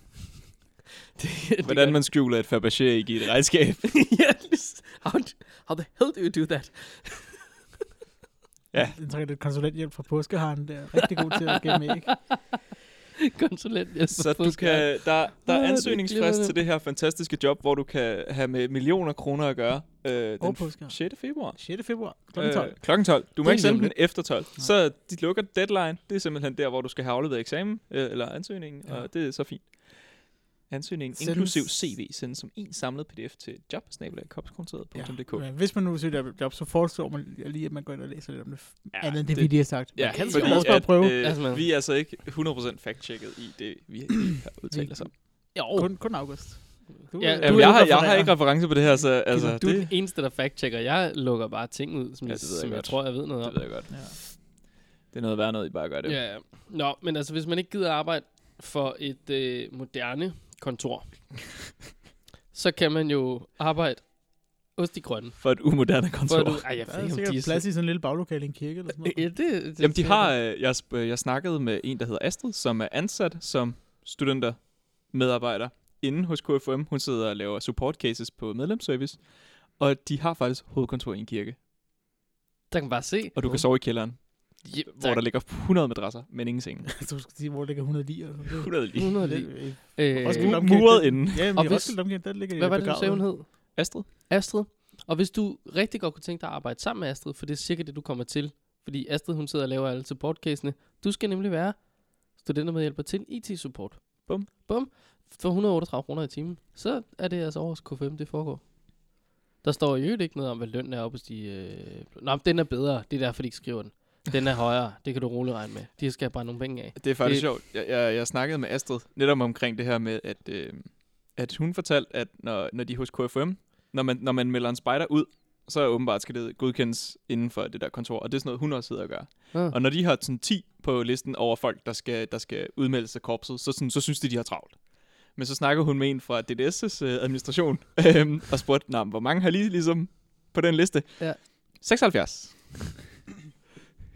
S2: Hvordan man skjuler et Fabergé-æg i et regnskab.
S1: Yes. How the hell do you do that?
S2: Ja.
S3: Den trækker lidt konsulenthjælp fra påskeharen. Det er rigtig god til at gemme æg.
S1: Konsulent.
S2: Så du kan, der er ansøgningsfrist til det her fantastiske job, hvor du kan have med millioner kroner at gøre. Den 6. februar.
S3: 6. februar. Klokken 12.
S2: Klokken 12. Du må ikke sende
S1: nemlig.
S2: den efter 12. Nej. Så de lukker deadline. Det er simpelthen der, hvor du skal have afleveret eksamen eller ansøgningen, og det er så fint. Ansøgningen inklusiv CV sendes som en samlet pdf til job@korpskontoret.dk.
S3: Ja, hvis man nu søger job, så foreslår man lige, at man går ind og læser lidt om det andet end det,
S2: det
S3: vi lige har sagt.
S2: Ja,
S3: kan
S2: fordi
S3: også bare prøve.
S2: vi er altså ikke 100% fact-checket i det, vi har udtalt os om.
S1: Jo.
S3: Kun August.
S2: Jeg har ikke reference på det her, så altså...
S1: Du er den eneste, der fact-checker. Jeg lukker bare ting ud, som jeg tror, jeg ved noget om.
S2: Det ved jeg godt. Ja. Det er noget værd noget, I bare gør det.
S1: Ja. Nå, men altså, hvis man ikke gider arbejde for et moderne kontor, så kan man jo arbejde hos de grønne.
S2: For et umoderne kontor.
S3: Jeg der er sikkert plads i sådan en lille baglokale i en kirke eller sådan noget.
S1: Ja, det
S2: jamen, de har... Jeg snakkede med en, der hedder Astrid, som er ansat som studentermedarbejder inde hos KFUM. Hun sidder og laver support cases på medlemsservice. Og de har faktisk hovedkontor i en kirke.
S1: Der kan man bare se.
S2: Og du kan sove i kælderen.
S1: Ja,
S2: hvor der ligger 100 madrasser, men ingen seng.
S3: Du skal sige, hvor der ligger 100 lige.
S2: 100 lige.
S1: 100 lige.
S2: Muret inden.
S3: Ja, men der ligger
S1: hvad var det, du sagde, hun hed?
S2: Astrid.
S1: Og hvis du rigtig godt kunne tænke dig at arbejde sammen med Astrid, for det er sikkert det, du kommer til. Fordi Astrid, hun sidder og laver alle supportcasene. Du skal nemlig være studentermedhjælper til en IT-support.
S2: Bum.
S1: For 138 kroner i timen. Så er det altså over hos K5, det foregår. Der står jo ikke noget om, hvad lønnen er oppe hos de... Nå, den er bedre. Det er derfor, de ikke skriver den. Den er højere. Det kan du roligt regne med. De skal bare nogle penge af.
S2: Det er faktisk sjovt. Jeg snakkede med Astrid netop omkring det her med, at hun fortalte, at når de hos KFM, når man melder en spejder ud, så åbenbart skal det godkendes inden for det der kontor. Og det er sådan noget, hun også sidder og gør. Og når de har sådan 10 på listen over folk, der skal udmelde sig korpset, så synes de har travlt. Men så snakker hun med en fra DDS' administration og spurgte, hvor mange har ligesom på den liste?
S1: Ja.
S2: 76.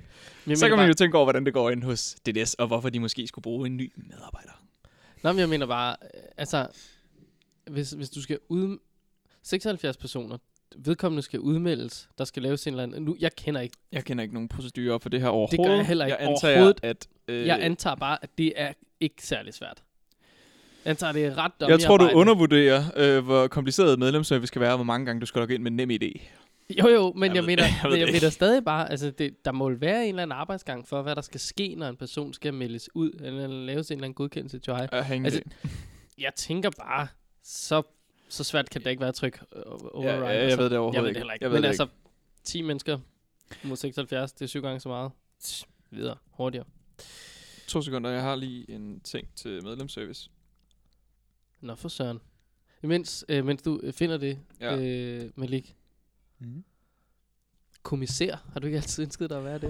S2: Så kan man jo tænke over, hvordan det går ind hos DDS, og hvorfor de måske skulle bruge en ny medarbejder.
S1: Nå, men jeg mener bare, altså, hvis du skal 76 personer, vedkommende skal udmeldes, der skal laves en eller anden... Nu, jeg kender ikke
S2: nogen procedurer for det her overhovedet.
S1: Det gør jeg heller ikke
S2: overhovedet.
S1: Jeg antager bare, at det er ikke særlig svært. Jeg antager, det er ret
S2: Jeg tror, du undervurderer, hvor kompliceret medlemsservice skal være, og hvor mange gange du skal logge ind med NemID.
S1: Jo, men jeg mener stadig bare, altså der må være en eller anden arbejdsgang for, hvad der skal ske, når en person skal meldes ud, eller laves en eller anden godkendelse til altså, jeg tænker bare, så svært kan det ikke være at trykke override.
S2: Ja, jeg ved det overhovedet
S1: ikke. Men altså, 10 mennesker mod 76, det er 7 gange så meget. Videre, hurtigere.
S2: 2 sekunder, jeg har lige en ting til medlemsservice.
S1: Nå for søren. Mens du finder det, Malik. Kommissær, har du ikke altid ønsket dig at være det?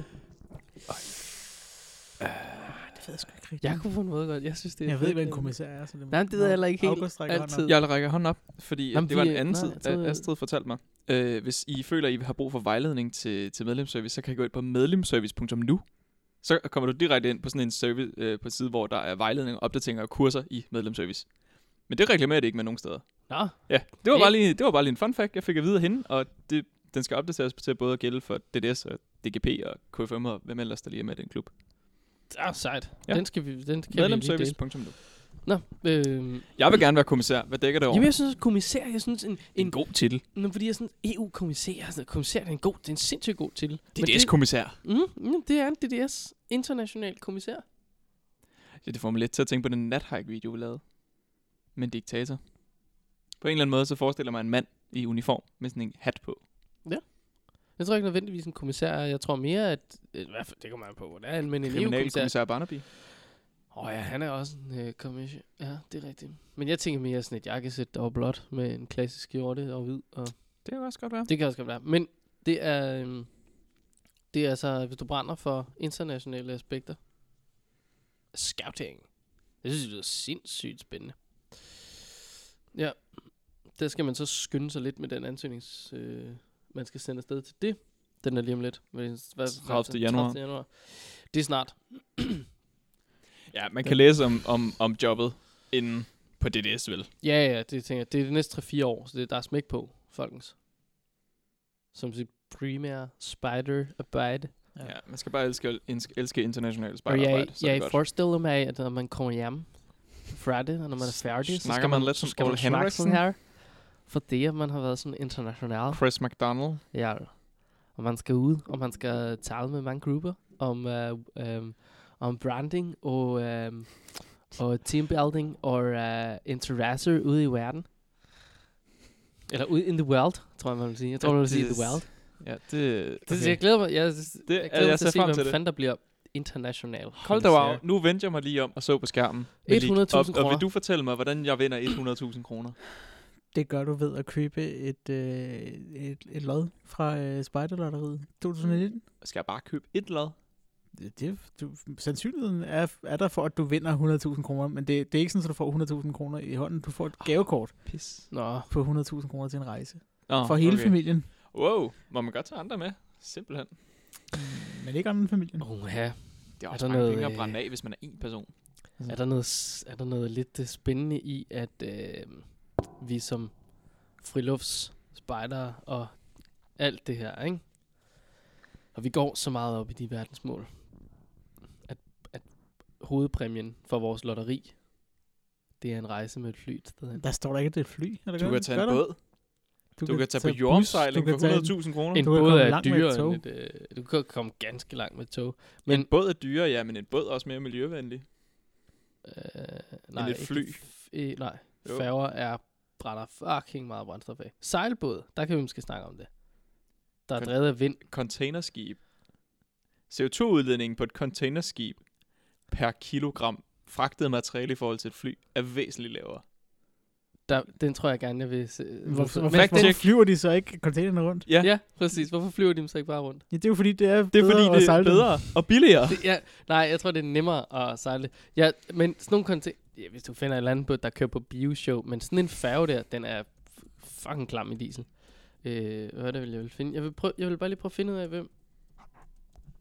S3: Det ved jeg sgu ikke rigtigt.
S1: Jeg kunne på en måde godt, jeg synes det er
S3: jeg ved ikke, hvad en kommissær er. Så det
S1: nej, det ved jeg heller ikke helt altid.
S2: Jeg rækker hånden op, fordi det var en anden tid, Astrid fortalte mig. Hvis I føler, at I har brug for vejledning til medlemsservice, så kan I gå ind på medlemsservice.nu. Så kommer du direkte ind på sådan en service på side, hvor der er vejledning, opdateringer og kurser i medlemsservice. Men det reklamerer det ikke med nogen steder.
S1: Nå.
S2: Ja, det var bare lige en fun fact, jeg fik at vide hende, og den skal opdateres til både at gælde for DDS og DGP og KFM og hvem ellers der lige er med i den klub.
S1: Det er sejt.
S2: Ja.
S1: Den kan
S2: medlemsservice.nu.
S1: Nå.
S2: Jeg vil gerne være kommissær. Hvad dækker det over?
S1: Jamen, jeg synes, kommissær, en
S2: god titel.
S1: Nå, fordi jeg synes, EU-kommissær, altså, kommissær er det er en sindssygt god titel.
S2: DDS-kommissær.
S1: Det er en DDS international kommissær.
S2: Ja, det får mig lidt til at tænke på den nathike-video, vi lavede. Med en diktator. På en eller anden måde, så forestiller man en mand i uniform med sådan en hat på.
S1: Ja. Jeg tror ikke nødvendigvis en kommissær. Jeg tror mere, at... det kommer man på, hvor det er. Men en
S2: kriminalkommissær Barnaby.
S1: Ja, han er også en kommissær. Ja, det er rigtigt. Men jeg tænker mere sådan et jakkesæt, der var blåt med en klassisk skjorte og hvid. Og
S2: det kan også godt være.
S1: Det kan også godt være. Men det er altså, hvis du brænder for internationale aspekter. Scouting. Jeg synes, det er sindssygt spændende. Ja, der skal man så skynde sig lidt med den ansøgnings... man skal sende afsted til det. Den er lige om lidt.
S2: 30. januar.
S1: Det er snart.
S2: Ja, man kan læse om jobbet inden på DDS, vel?
S1: Ja, det tænker jeg. Det er de næste 3-4 år, så der er smæk på, folkens. Som sit primære spider-arbejde.
S2: Ja, man skal bare elske internationale spider-arbejde.
S1: Og jeg forestiller mig, at når man kommer hjem fredag, og når man er færdig, så skal man
S2: lidt som
S1: Paul Henriksen her. Fordi at man har været sådan international.
S2: Chris McDonald.
S1: Ja, og man skal ud, og man skal tale med mange grupper om branding og teambuilding og interesse ude i verden. Eller ude in the world, tror jeg, man vil sige. Jeg tror, man vil sige the world.
S2: Ja, det
S1: okay. Jeg glæder mig. Jeg glæder mig til at se, hvem fanden der bliver international.
S2: Hold da wow. Nu vendte jeg mig lige om og så på skærmen.
S1: 100.000 kroner.
S2: Og vil du fortælle mig, hvordan jeg vinder 100.000 kroner?
S3: Det gør du ved at købe et lod fra Spejderlotteriet 2019.
S2: Skal jeg bare købe et lod?
S3: Sandsynligheden er der for, at du vinder 100.000 kroner, men det er ikke sådan, at du får 100.000 kroner i hånden. Du får et gavekort på 100.000 kroner til en rejse. For hele familien.
S2: Wow, må man godt tage andre med? Simpelthen.
S3: Men ikke andre familien.
S1: Ja.
S2: Det er også mange penge at brænde af, hvis man er en person.
S1: Er der noget lidt spændende i, at vi som friluftsspejder og alt det her, ikke? Og vi går så meget op i de verdensmål, at hovedpræmien for vores lotteri, det er en rejse med et fly et sted hen.
S3: Der står der ikke, at det er et fly.
S2: Du kan tage en båd. Du kan tage på jordomsejling for 100.000 kroner.
S1: En båd er dyrere end du kan komme ganske langt med tog.
S2: Men en båd er dyrere, ja, men en båd er også mere miljøvenlig.
S1: Nej,
S2: end et fly.
S1: Nej, færger brænder fucking meget brændstof af. Sejlbåd, der kan vi måske snakke om det. Der er drevet af vind.
S2: Containerskib. CO2-udledningen på et containerskib per kilogram fragtet materiale i forhold til et fly er væsentligt lavere.
S1: Den tror jeg gerne, jeg vil se.
S3: Hvorfor flyver de så ikke containerne rundt?
S1: Ja, præcis. Hvorfor flyver de så ikke bare rundt?
S3: Ja, det er jo fordi, det er bedre
S2: og billigere.
S1: Nej, jeg tror, det er nemmere at sejle. Ja, men sådan nogle container... Ja, hvis du finder et eller andet båd, der kører på bioshow, men sådan en færge der, den er fucking klam i diesel. Hvad det vil jeg vil finde? Jeg vil bare lige prøve at finde ud af,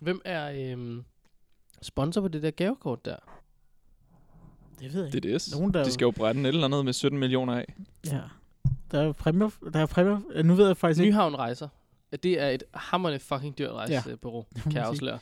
S1: Hvem er sponsor på det der gavekort der?
S3: Det ved jeg ikke.
S2: Det er det.
S3: Nogen, der
S2: De skal jo brænde et eller andet med 17 millioner af.
S3: Ja. Der er præmier. Nu ved jeg faktisk ikke.
S1: Nyhavn Rejser. Det er et hammerende fucking dyrt rejsebureau, kan jeg afsløre.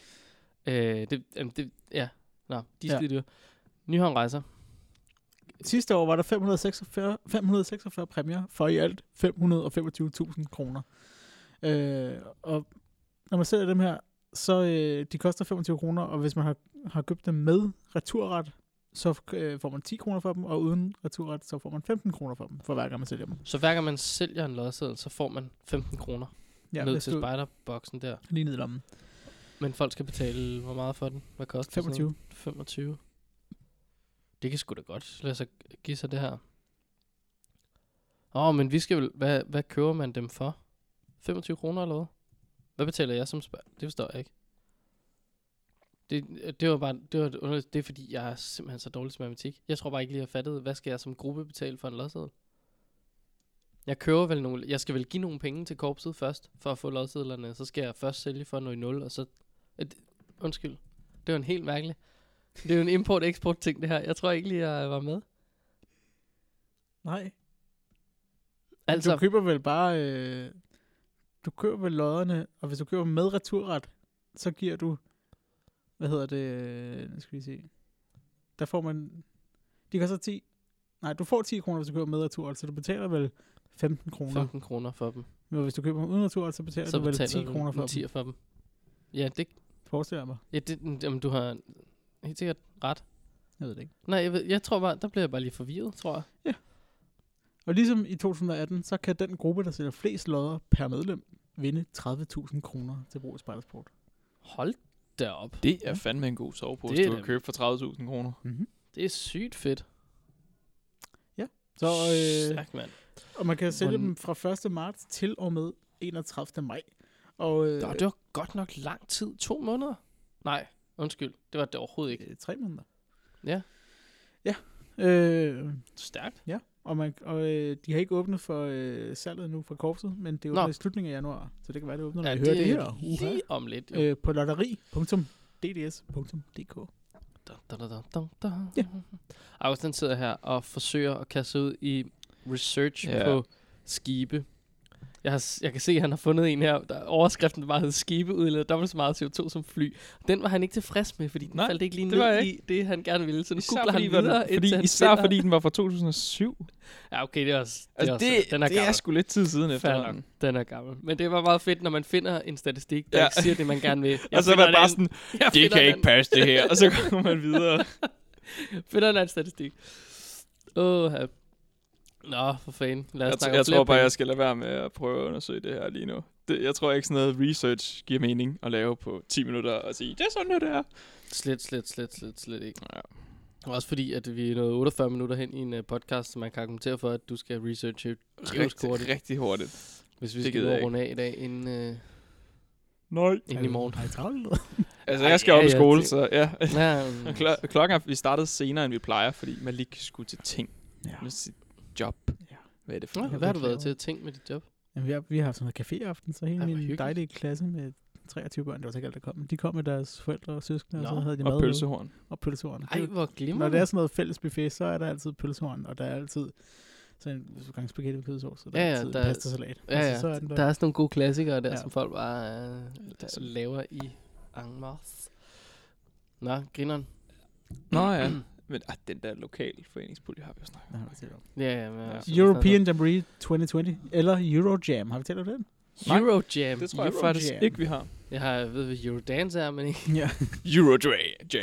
S1: De er skide dyre. Nyhavn Rejser.
S3: Sidste år var der 546 præmier for i alt 525.000 kroner. Og når man sælger dem her, så de koster 25 kroner, og hvis man har købt dem med returret, så får man 10 kroner for dem, og uden returret, så får man 15 kroner for dem, for hver gang man sælger dem.
S1: Så hver gang man sælger en lodseddel, så får man 15 kroner ned til spejderboksen der.
S3: Lige ned i lommen.
S1: Men folk skal betale, hvor meget for den? Hvad koster
S3: 25.
S1: 25. Det kan sgu da godt lade sig give sig det her. Men vi skal vel... Hvad køber man dem for? 25 kroner eller hvad? Hvad betaler jeg som Det forstår jeg ikke. Det var bare... Det er fordi, jeg er simpelthen så dårlig til matematik. Jeg tror bare ikke lige, jeg har fattet, hvad skal jeg som gruppe betale for en lodseddel? Jeg køber vel nogle... Jeg skal vel give nogle penge til korpset først, for at få lodsedlerne. Så skal jeg først sælge for noget 0, og så... Undskyld. Det var en helt mærkelig... Det er jo en import-export ting, det her. Jeg tror ikke lige, jeg var med.
S3: Nej.
S1: Altså...
S3: Du køber vel bare... Du køber vel lodderne, og hvis du køber med returret, så giver du... Hvad hedder det? Nu skal vi se. Der får man... De koster 10... Nej, du får 10 kroner, hvis du køber med returret, så du betaler vel 15 kroner.
S1: 15 kroner for dem.
S3: Men hvis du køber dem uden returret, så betaler du vel 10 kroner for dem.
S1: 10 for dem. Ja, det...
S3: Forestiller jeg mig.
S1: Ja, jamen, du har helt sikkert ret.
S3: Jeg ved det ikke.
S1: Nej, jeg tror bare, der bliver jeg bare lige forvirret, tror jeg.
S3: Ja. Og ligesom i 2018, så kan den gruppe, der sælger flest lodder per medlem, vinde 30.000 kroner til brug af Spejdersport.
S1: Hold da op.
S2: Det er fandme en god sovepose, du kan købe for 30.000 kroner.
S3: Mm-hmm.
S1: Det er sygt fedt.
S3: Ja. Så,
S1: Stærk, mand.
S3: Og man kan sælge dem fra 1. marts til og med 31. maj. Og,
S1: det var godt nok lang tid. 2 måneder? Nej, undskyld. Det var det overhovedet ikke.
S3: 3 måneder.
S1: Ja.
S3: Ja.
S1: Stærkt.
S3: Ja. Og de har ikke åbnet for salget nu fra korpset, men det åbner i slutningen af januar, så det kan være, det åbner, når I hører det her.
S1: Lige om lidt.
S3: På lotteri.dds.dk.
S1: Ja. August sidder her og forsøger at kaste ud i research på skibe. Jeg kan se, at han har fundet en her, der overskriften bare hed skibe udleder dobbelt så meget CO2 som fly. Den var han ikke tilfreds med, fordi den faldt ikke lige ned i det, han gerne ville. Så nu googler han videre.
S2: Især fordi den var fra 2007.
S1: Ja, okay, det er også...
S2: Det er sgu lidt tid siden efterhånden.
S1: Den er gammel. Men det var meget fedt, når man finder en statistik, der ikke siger det, man gerne vil.
S2: Og så var det bare sådan, det kan ikke passe det her. Og så kommer man videre.
S1: Finder en anden statistik. Nå, for fanden.
S2: Jeg tror bare, jeg skal lade være med at prøve at undersøge det her lige nu. Jeg tror ikke sådan noget research giver mening at lave på 10 minutter og sige, det er sådan, det er.
S1: Slet ikke. Ja. Også fordi, at vi er nået 48 minutter hen i en podcast, så man kan argumentere for, at du skal researche
S2: rigtig hurtigt.
S1: Hvis vi skal runde af i dag inden i morgen.
S3: Har I travlt?
S2: Altså, jeg skal op i skole, så ja. Klokken er, vi startede senere, end vi plejer, fordi Malik skulle til ting. Med sit job. Ja. Hvad er det for noget?
S1: Hvad har du været til at tænke med dit job?
S3: Jamen, vi har haft sådan noget caféaften, så hele min dejlige klasse med 23 børn, det var så ikke alt, der kom. De kom med deres forældre og søskende, og så havde de mad.
S2: Og pølsehorn.
S1: Ej, hvor glimrende.
S3: Når det er sådan noget fælles buffet, så er der altid pølsehorn, og der er altid sådan en gang spaghetti med kødsovs, så der er altid pastasalat.
S1: Ja, så er der er sådan nogle gode klassikere der, som folk bare laver i en masse. Nå, grineren.
S2: Nå ja. Men den der lokale foreningspulje har vi jo snakket om.
S1: Ja.
S3: European Jamboree 2020, eller Eurojam. Har vi talt om den?
S1: Eurojam.
S2: Det tror jeg faktisk ikke, vi har.
S1: Jeg ved, hvad Eurodance er, men ikke.
S2: Ja. Eurojam.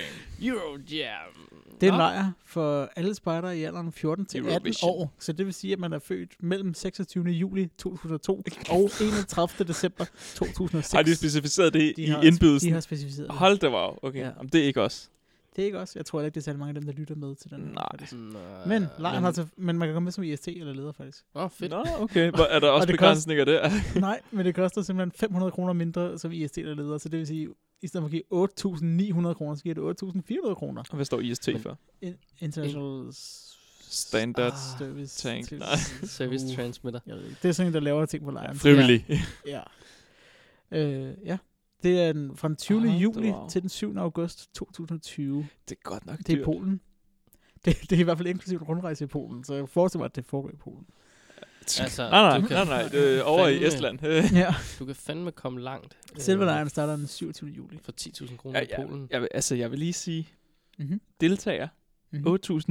S3: Det er en lejr for alle spejdere i alderen 14 til 18 år. Så det vil sige, at man er født mellem 26. juli 2002 og 31. december 2006.
S2: Har de specificeret det i indbydelsen?
S3: De har specificeret det.
S2: Hold da wow. Okay, det er ikke os.
S3: Det er ikke også. Jeg tror ikke, det er særlig mange af dem, der lytter med til den.
S2: Nej.
S3: Men lejren har men man kan komme med som IST eller leder, faktisk.
S1: Fedt.
S2: Nå, okay. Er der også begrænsninger der?
S3: Nej, men det koster simpelthen 500 kroner mindre som IST eller leder. Så det vil sige, i stedet for at give 8.900 kroner, så giver det 8.400 kroner.
S2: Og hvad står IST for?
S3: International
S2: Standard
S3: Service
S2: Tank.
S1: Service Transmitter.
S3: Jeg ved ikke. Det er sådan en, der laver ting på lejren.
S2: Frivillig.
S3: Ja. Ja. Det er fra den 20. juli til den 7. august 2020.
S2: Det er godt nok dyrt.
S3: Det er Polen. Det er i hvert fald inklusivt rundrejse i Polen, så jeg forestiller mig, at det foregår i Polen.
S2: Altså, nej, det er over i Estland.
S3: Ja.
S1: Du kan fandme komme langt.
S3: Silver Lion starter den 27. juli.
S1: For 10.000 kroner i Polen.
S2: Jeg vil lige sige, deltager 8.900,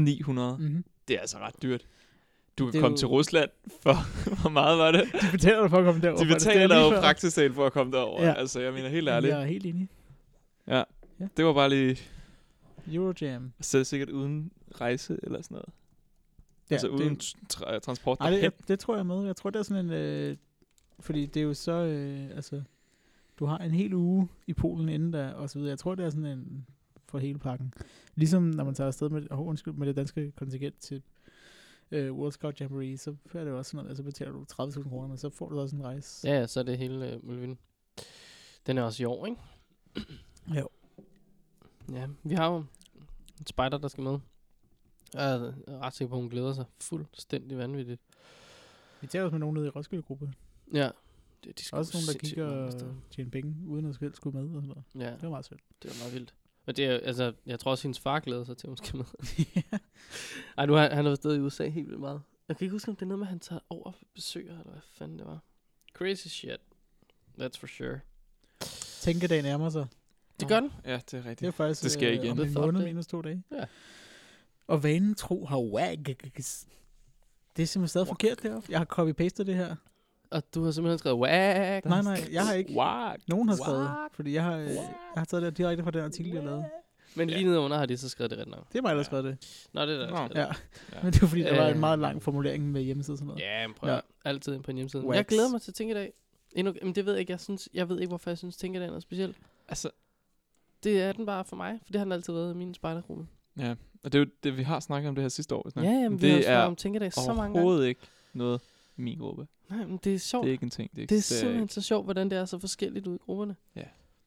S2: det er altså ret dyrt. Du kan komme til Rusland for, hvor meget var det?
S3: De betaler dig for at komme derover.
S2: De betaler jo praktisk talt for at komme derover. Ja. Altså, jeg mener helt ærligt.
S3: Jeg er helt enig.
S2: Ja, det var bare lige...
S3: Eurojam.
S2: Så sikkert uden rejse eller sådan noget. Ja, altså uden transport.
S3: Nej, det tror jeg med. Jeg tror, det er sådan en... fordi det er jo så... altså, du har en hel uge i Polen inden der, og så videre. Jeg tror, det er sådan en... for hele pakken. Ligesom når man tager afsted med det danske kontingent til World Scout Jamboree, så er det også sådan noget, så betaler du 30.000 kroner, men så får du også en rejse.
S1: Ja, så er det hele Mulvin. Den er også i år, ikke?
S3: Jo.
S1: Ja, vi har jo en spejder, der skal med. Jeg er ret sikker på, at hun glæder sig fuldstændig vanvittigt.
S3: Vi tager også med nogen nede i Roskilde-gruppe.
S1: Ja.
S3: De også nogen, der kigger og tjener penge, uden at skulle med. Og sådan noget.
S1: Ja.
S3: Det var meget sødt.
S1: Det var meget vildt. Men det er, altså, jeg tror også, hendes far glæder sig til, at hun skal med. Ej, nu han har været stadig i USA helt vildt meget. Jeg kan ikke huske, om det er noget med, at han tager over besøger, eller hvad fanden det var. Crazy shit. That's for sure.
S3: Tænkedagen nærmer sig.
S1: Det gør den.
S2: Ja, det er rigtigt.
S3: Det er faktisk
S2: det sker igen.
S3: Om en måned, minus 2 dage.
S1: Ja.
S3: Og vanen tro har wag. Det er simpelthen stadig forkert deroppe. Jeg har copy-pastet det her.
S1: Og du har simpelthen skrevet wag.
S3: Nej, jeg har ikke.
S2: Wag.
S3: Nogen har skrevet. Fordi jeg har taget det direkte fra den artikel, jeg lavede.
S1: Men lige nedenunder har de så skrevet det ret nok.
S3: Det er mig, der har skrevet det.
S1: Nå, det er der.
S3: Ja. Men det var fordi, der var en meget lang formulering med hjemmeside og sådan noget.
S1: Ja, men prøv altid ind på en hjemmeside.
S3: Wax.
S1: Jeg glæder mig til at tænke i dag. Men det ved jeg ikke. Jeg ved ikke, hvorfor jeg synes, tænke i dag er noget specielt.
S2: Altså,
S1: det er den bare for mig, for det har den altid været i min spejdergruppe.
S2: Ja, og det er jo det, vi har snakket om det her sidste år.
S1: Ja, jamen, vi har snakket om tænke i dag så mange gange.
S2: Det er overhovedet ikke noget i min gruppe.
S1: Nej, men det er sjovt.
S2: Det er ikke en ting.
S1: Det er simpelthen så sjovt, hvordan det er så forskelligt ud i grupperne.
S2: Ja.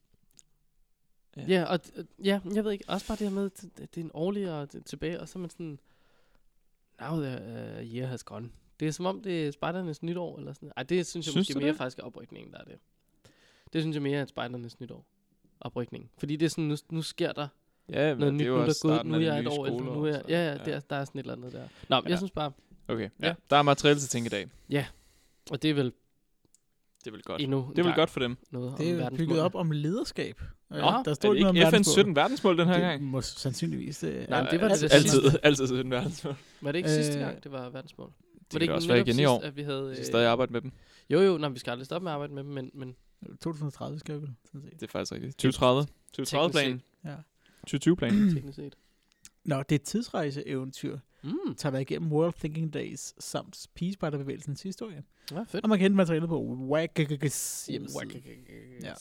S1: Ja, og jeg ved ikke, også bare det her med, det er en årlig og tilbage, og så er man sådan, now the year has gone. Det er som om, det er spejdernes nytår, eller sådan. Ej, det synes jeg måske mere faktisk er oprykningen, der er det. Det synes jeg mere er spejdernes nytår. Oprykningen. Fordi det er sådan, nu sker der noget nyt, nu der er gået, nu er jeg et år ældre, nu er der er sådan et eller andet der. Nå, men jeg synes bare...
S2: Okay, der er materiale til ting i dag.
S1: Ja, og det er vel...
S2: Det er vel godt.
S1: Det
S2: er vel godt for dem.
S3: Det er bygget op om lederskab.
S2: Der står ikke noget om FN's 17 verdensmål den her gang?
S3: Det må sandsynligvis...
S1: Nej, det var det
S2: altid 17 verdensmål.
S1: Var det ikke sidste gang, det var verdensmål?
S2: Det kan også være igen i år.
S1: At vi havde,
S2: vi skal stadig arbejde med dem.
S1: Jo, vi skal aldrig stoppe med at arbejde med dem, men
S3: 2030 skal vi vel.
S2: Det er faktisk rigtigt. 2030-planen.
S3: Ja.
S2: 2020-planen.
S1: Teknisk set.
S3: Nå, det er et tidsrejse-eventyr. Tager dig igennem World Thinking Days samt pigespejderbevægelsens historie.
S1: Ja, fedt.
S3: Og man kan hente materiale på Wagg's hjemmeside.
S1: Ja.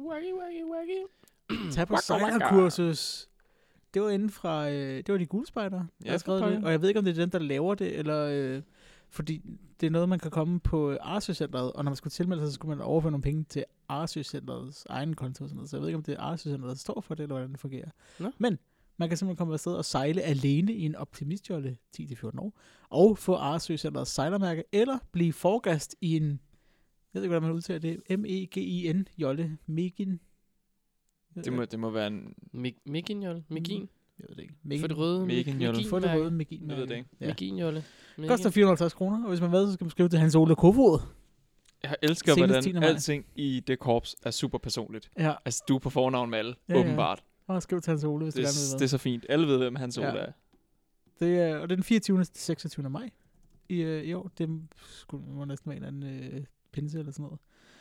S1: Waggy.
S3: Tag på sejlerkursus. Det var inden fra... det var de gule spejdere, der har skrevet det. Og jeg ved ikke, om det er den, der laver det, eller... fordi det er noget, man kan komme på Arsø-centret, og når man skulle tilmelde sig, så skulle man overføre nogle penge til Arsø-centrets egen konto. Og sådan noget. Så jeg ved ikke, om det er Arsø-centret, der står for det, eller hvordan det fungerer. Nå. Men man kan simpelthen komme afsted og sejle alene i en optimistjolle 10-14 år, og få Arsø-centrets sejlermærke, eller blive forgast i en... Jeg ved ikke, hvordan man udtaler det. MEGIN-jolle. Megin.
S2: Det må være en...
S1: Megin-jolle? Megin?
S3: Jeg ved det ikke.
S1: For det røde
S2: Megin-jolle.
S3: For det røde Megin.
S2: Jeg ved det ikke.
S1: Megin-jolle.
S3: Det koster 450 kroner, og hvis man ved, så skal man skrive til Hans Ole Kofod.
S2: Jeg elsker, hvordan alting i det korps er super personligt. Ja. Altså, du er på fornavn med alle, åbenbart.
S3: Og skriv til Hans Ole, hvis du gerne vil.
S2: Det er så fint. Alle ved, hvem Hans Ole er.
S3: Det er. Og det er den 24. til 26. maj i år. Det må næsten være en eller anden pinse eller sådan noget.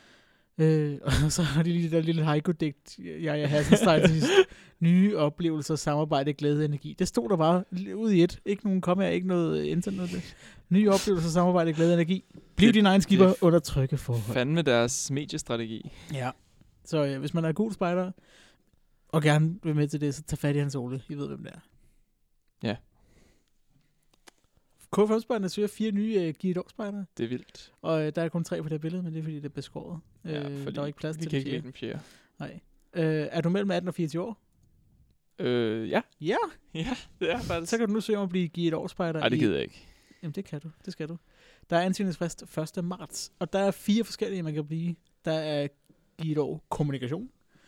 S3: Og så har de lige det der lille haiku-digt, jeg Hasselsteins nye oplevelser, samarbejde, glæde, energi. Det stod der bare ud i et. Ikke nogen kommaer, ikke noget internet. Nye oplevelser, samarbejde, glæde, energi. Bliv din egen skipper under trygge forhold.
S2: Fandme deres mediestrategi.
S3: Ja. Så hvis man er god spejder, og gerne vil med til det, så tag fat i Hans Ole. I ved, hvem det er.
S2: Ja.
S3: KFM-spejderne søger 4 nye Giedor-spejdere.
S2: Det er vildt.
S3: Og der er kun 3 på det billede, men det er fordi, det er beskåret.
S2: Fordi
S3: der er ikke plads til
S2: vi kan ikke lide den 4.
S3: Nej. Er du mellem 18 og 24 år?
S2: Ja.
S3: Ja?
S2: Ja, det er faktisk.
S3: Så kan du nu søge om at blive Giedor-spejder.
S2: Nej, det gider jeg ikke.
S3: Jamen, det kan du. Det skal du. Der er ansøgningsfrist 1. marts, og der er 4 forskellige, man kan blive. Der er Giedor kommunikation,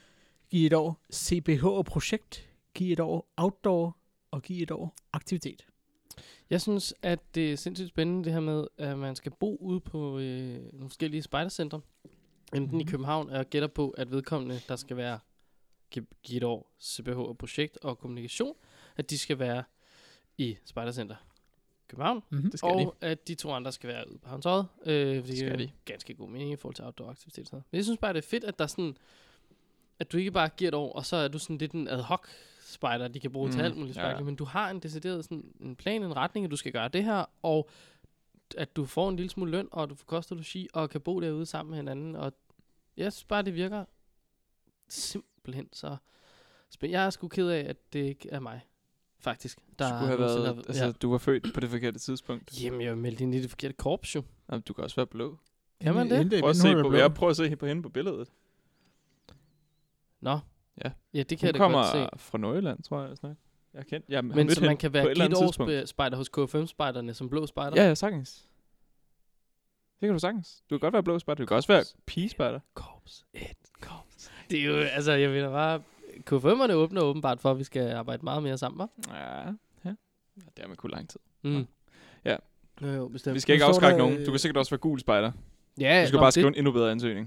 S3: Giv et år CBH og projekt. Giv et år outdoor. Og giv et år aktivitet.
S1: Jeg synes, at det er sindssygt spændende det her med, at man skal bo ude på nogle forskellige spejdercentre. Enten i København, og jeg gætter på, at vedkommende, der skal være give et år CBH og projekt og kommunikation, at de skal være i spejdercenter København.
S2: Det skal
S1: og at de 2 andre skal være ude på Havnsøjet. Fordi det er ganske god mening i forhold til outdoor aktivitet. Men jeg synes bare, det er fedt, at der sådan, at du ikke bare giver et år, og så er du sådan lidt en ad hoc spejder, de kan bruge til alt muligt spejder. Men du har en decideret sådan en plan, en retning, at du skal gøre det her, og at du får en lille smule løn, og du får kost og logi, og kan bo derude sammen med hinanden. Og jeg synes bare, det virker simpelthen så spændende. Jeg er sgu ked af, at det ikke er mig, faktisk. Der
S2: skulle have været, altså du var født på det forkerte tidspunkt.
S1: Jamen, jeg er meldt ind i det forkerte korps, jo.
S2: Jamen, du kan også være blå.
S1: Kan man det?
S2: Prøv at se på hende på billedet.
S1: Nå. Ja, det kan
S2: jeg da godt se. Hun kommer fra Nordjylland, tror jeg snart. Jeg kendt. Jeg
S1: men så man kan være et års spejder hos KFM-spejderne som blå spejder?
S2: Ja, sagtens. Det kan du sagtens. Du kan godt være blå spejder. Du kan også være pigespejder.
S1: Korps. Det er jo, altså, jeg ved da bare... KFM'erne åbner åbenbart for, at vi skal arbejde meget mere sammen, hva'?
S2: Ja. Det er med lang tid.
S1: Ja. Jo, bestemt.
S2: Vi skal ikke afskrække nogen. Du kan sikkert også være gul spejder.
S1: Ja,
S2: du skal bare skrive en endnu bedre ansøgning.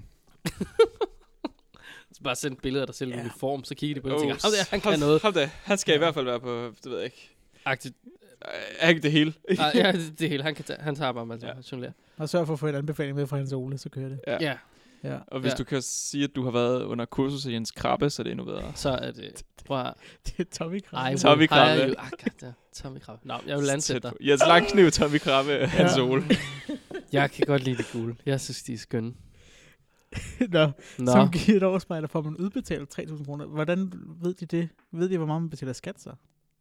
S1: Så bare send billeder af dig selv i uniform, så kigger de på det og tænker, han kan noget.
S2: Han skal i hvert fald være på, det ved jeg ikke.
S1: Ikke
S2: det hele.
S1: Ja, det hele. Han tager bare med jonglere.
S3: Og sørg for at få en anbefaling med fra Hans Ole, så kører det.
S1: Ja.
S2: Og hvis du kan sige, at du har været under kursus af Jens Krabbe, så er det endnu bedre.
S1: Så er det...
S3: Det er Tommy Krabbe.
S2: Tommy Krabbe.
S1: Tommy Krabbe. Nå, jeg vil ansætte dig.
S2: Jens Langkniv, Tommy Krabbe, Hans Ole.
S1: Jeg kan godt lide det gule. Jeg synes, de er skønne.
S3: Nå. Som giver et årsspejder, får man udbetalt 3.000 kroner. Hvordan ved de det? Ved de, hvor meget man betaler skat så?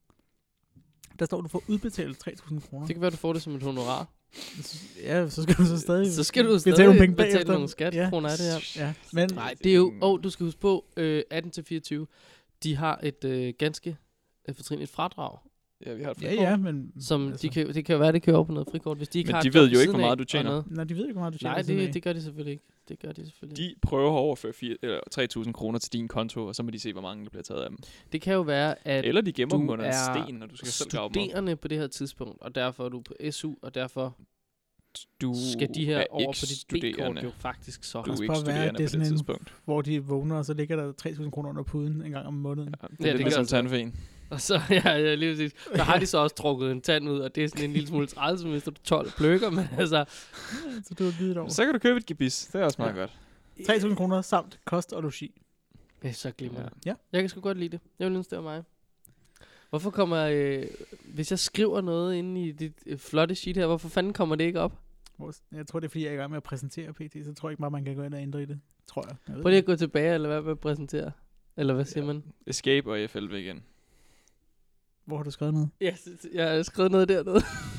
S3: Der står, du får udbetalt 3.000 kroner.
S1: Det kan være, du får det som et honorar.
S3: Ja, så skal du så stadig...
S1: Så skal du stadig betale nogle skatkroner af det her.
S3: Ja. Men
S1: nej, det er jo... du skal huske på, 18-24, de har et ganske fortrinligt fradrag.
S2: Ja, vi har et frikort.
S3: Ja, men...
S1: Som altså, det kan jo være, det kører over på noget frikort. Hvis de ikke
S2: men
S1: har
S2: de ved jo ikke, hvor meget du tjener.
S3: Nej, de ved ikke, hvor meget du tjener.
S1: Nej, det gør de selvfølgelig ikke.
S2: De prøver at overføre 3.000 kroner til din konto, og så må de se, hvor mange der bliver taget af dem.
S1: Det kan jo være, at
S2: eller de gemmer dem under en sten, og du skal selv grave dem op.
S1: Studerende på det her tidspunkt, og derfor er du på SU, og derfor skal de her over på dit B-kort jo faktisk så.
S2: Du er ikke studerende på det tidspunkt.
S3: Hvor de vågner, og så ligger der 3.000 kroner under puden en gang om måneden.
S2: Ja, det er lidt som tandfen.
S1: Og så, lige præcis. Så har de så også trukket en tand ud, og det er sådan en lille smule træls, som hvis du 12 pløkker, men altså...
S3: Så du har givet over.
S2: Så kan du købe et gebis, det er også meget godt.
S3: 3.000 kroner samt kost og logi.
S1: Det er så glimrende.
S3: Ja.
S1: Jeg kan sgu godt lide det. Jeg vil ønske, det var mig. Hvorfor kommer... hvis jeg skriver noget inde i dit flotte sheet her, hvorfor fanden kommer det ikke op?
S3: Jeg tror, det er fordi, jeg er i gang med at præsentere PT, så tror jeg ikke bare, man kan gå ind og ændre i det. Tror jeg.
S1: Prøv lige at gå tilbage, eller hvad med at præsentere? Eller hvad siger man?
S2: Escape og FLV igen.
S3: Hvor har du skrevet noget?
S1: Ja, jeg har skrevet noget dernede.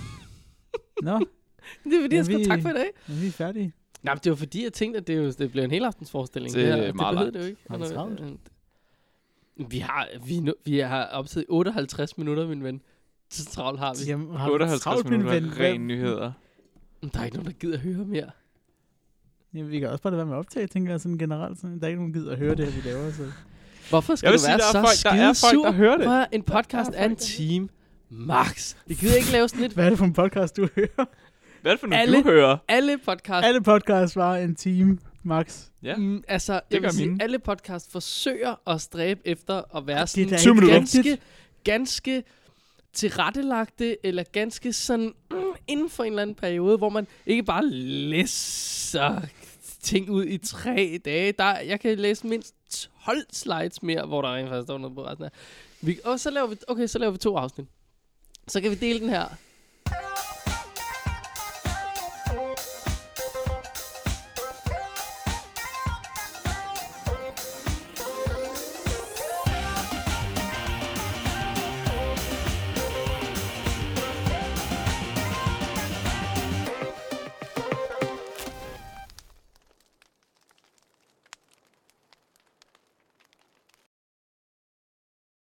S3: Nå.
S1: Det er fordi, jeg skrev tak for i dag.
S3: Men vi er færdige.
S1: Nej, men det var fordi, jeg tænkte, at det blev en helaftensforestilling.
S2: Det er meget langt.
S1: Det jo ikke. Vi har optaget 58 minutter, min ven. Så travlt har vi.
S3: Jamen, har
S2: 58 minutter ren nyheder.
S1: Der er ikke nogen, der gider at høre mere.
S3: Jamen, vi kan også bare lade være med at optage, tænker jeg sådan generelt. Sådan. Der er ikke nogen, der gider at høre det, vi laver. Så.
S1: Hvorfor skal du være så skide sur?
S2: Der hører det.
S1: For en podcast er en time max. Det gider ikke lave sådan lidt.
S3: Hvad er det for en podcast, du hører?
S2: Hvad er det for noget, du hører?
S1: Alle
S3: podcasts var en time max.
S2: Ja,
S1: altså, jeg vil sige, alle podcasts forsøger at stræbe efter at være sådan ganske tilrettelagte, eller ganske sådan inden for en eller anden periode, hvor man ikke bare læser ting ud i 3 dage. Jeg kan læse mindst 12 slides mere, hvor der rent faktisk står noget på resten af. Så laver vi 2 afsnit. Så kan vi dele den her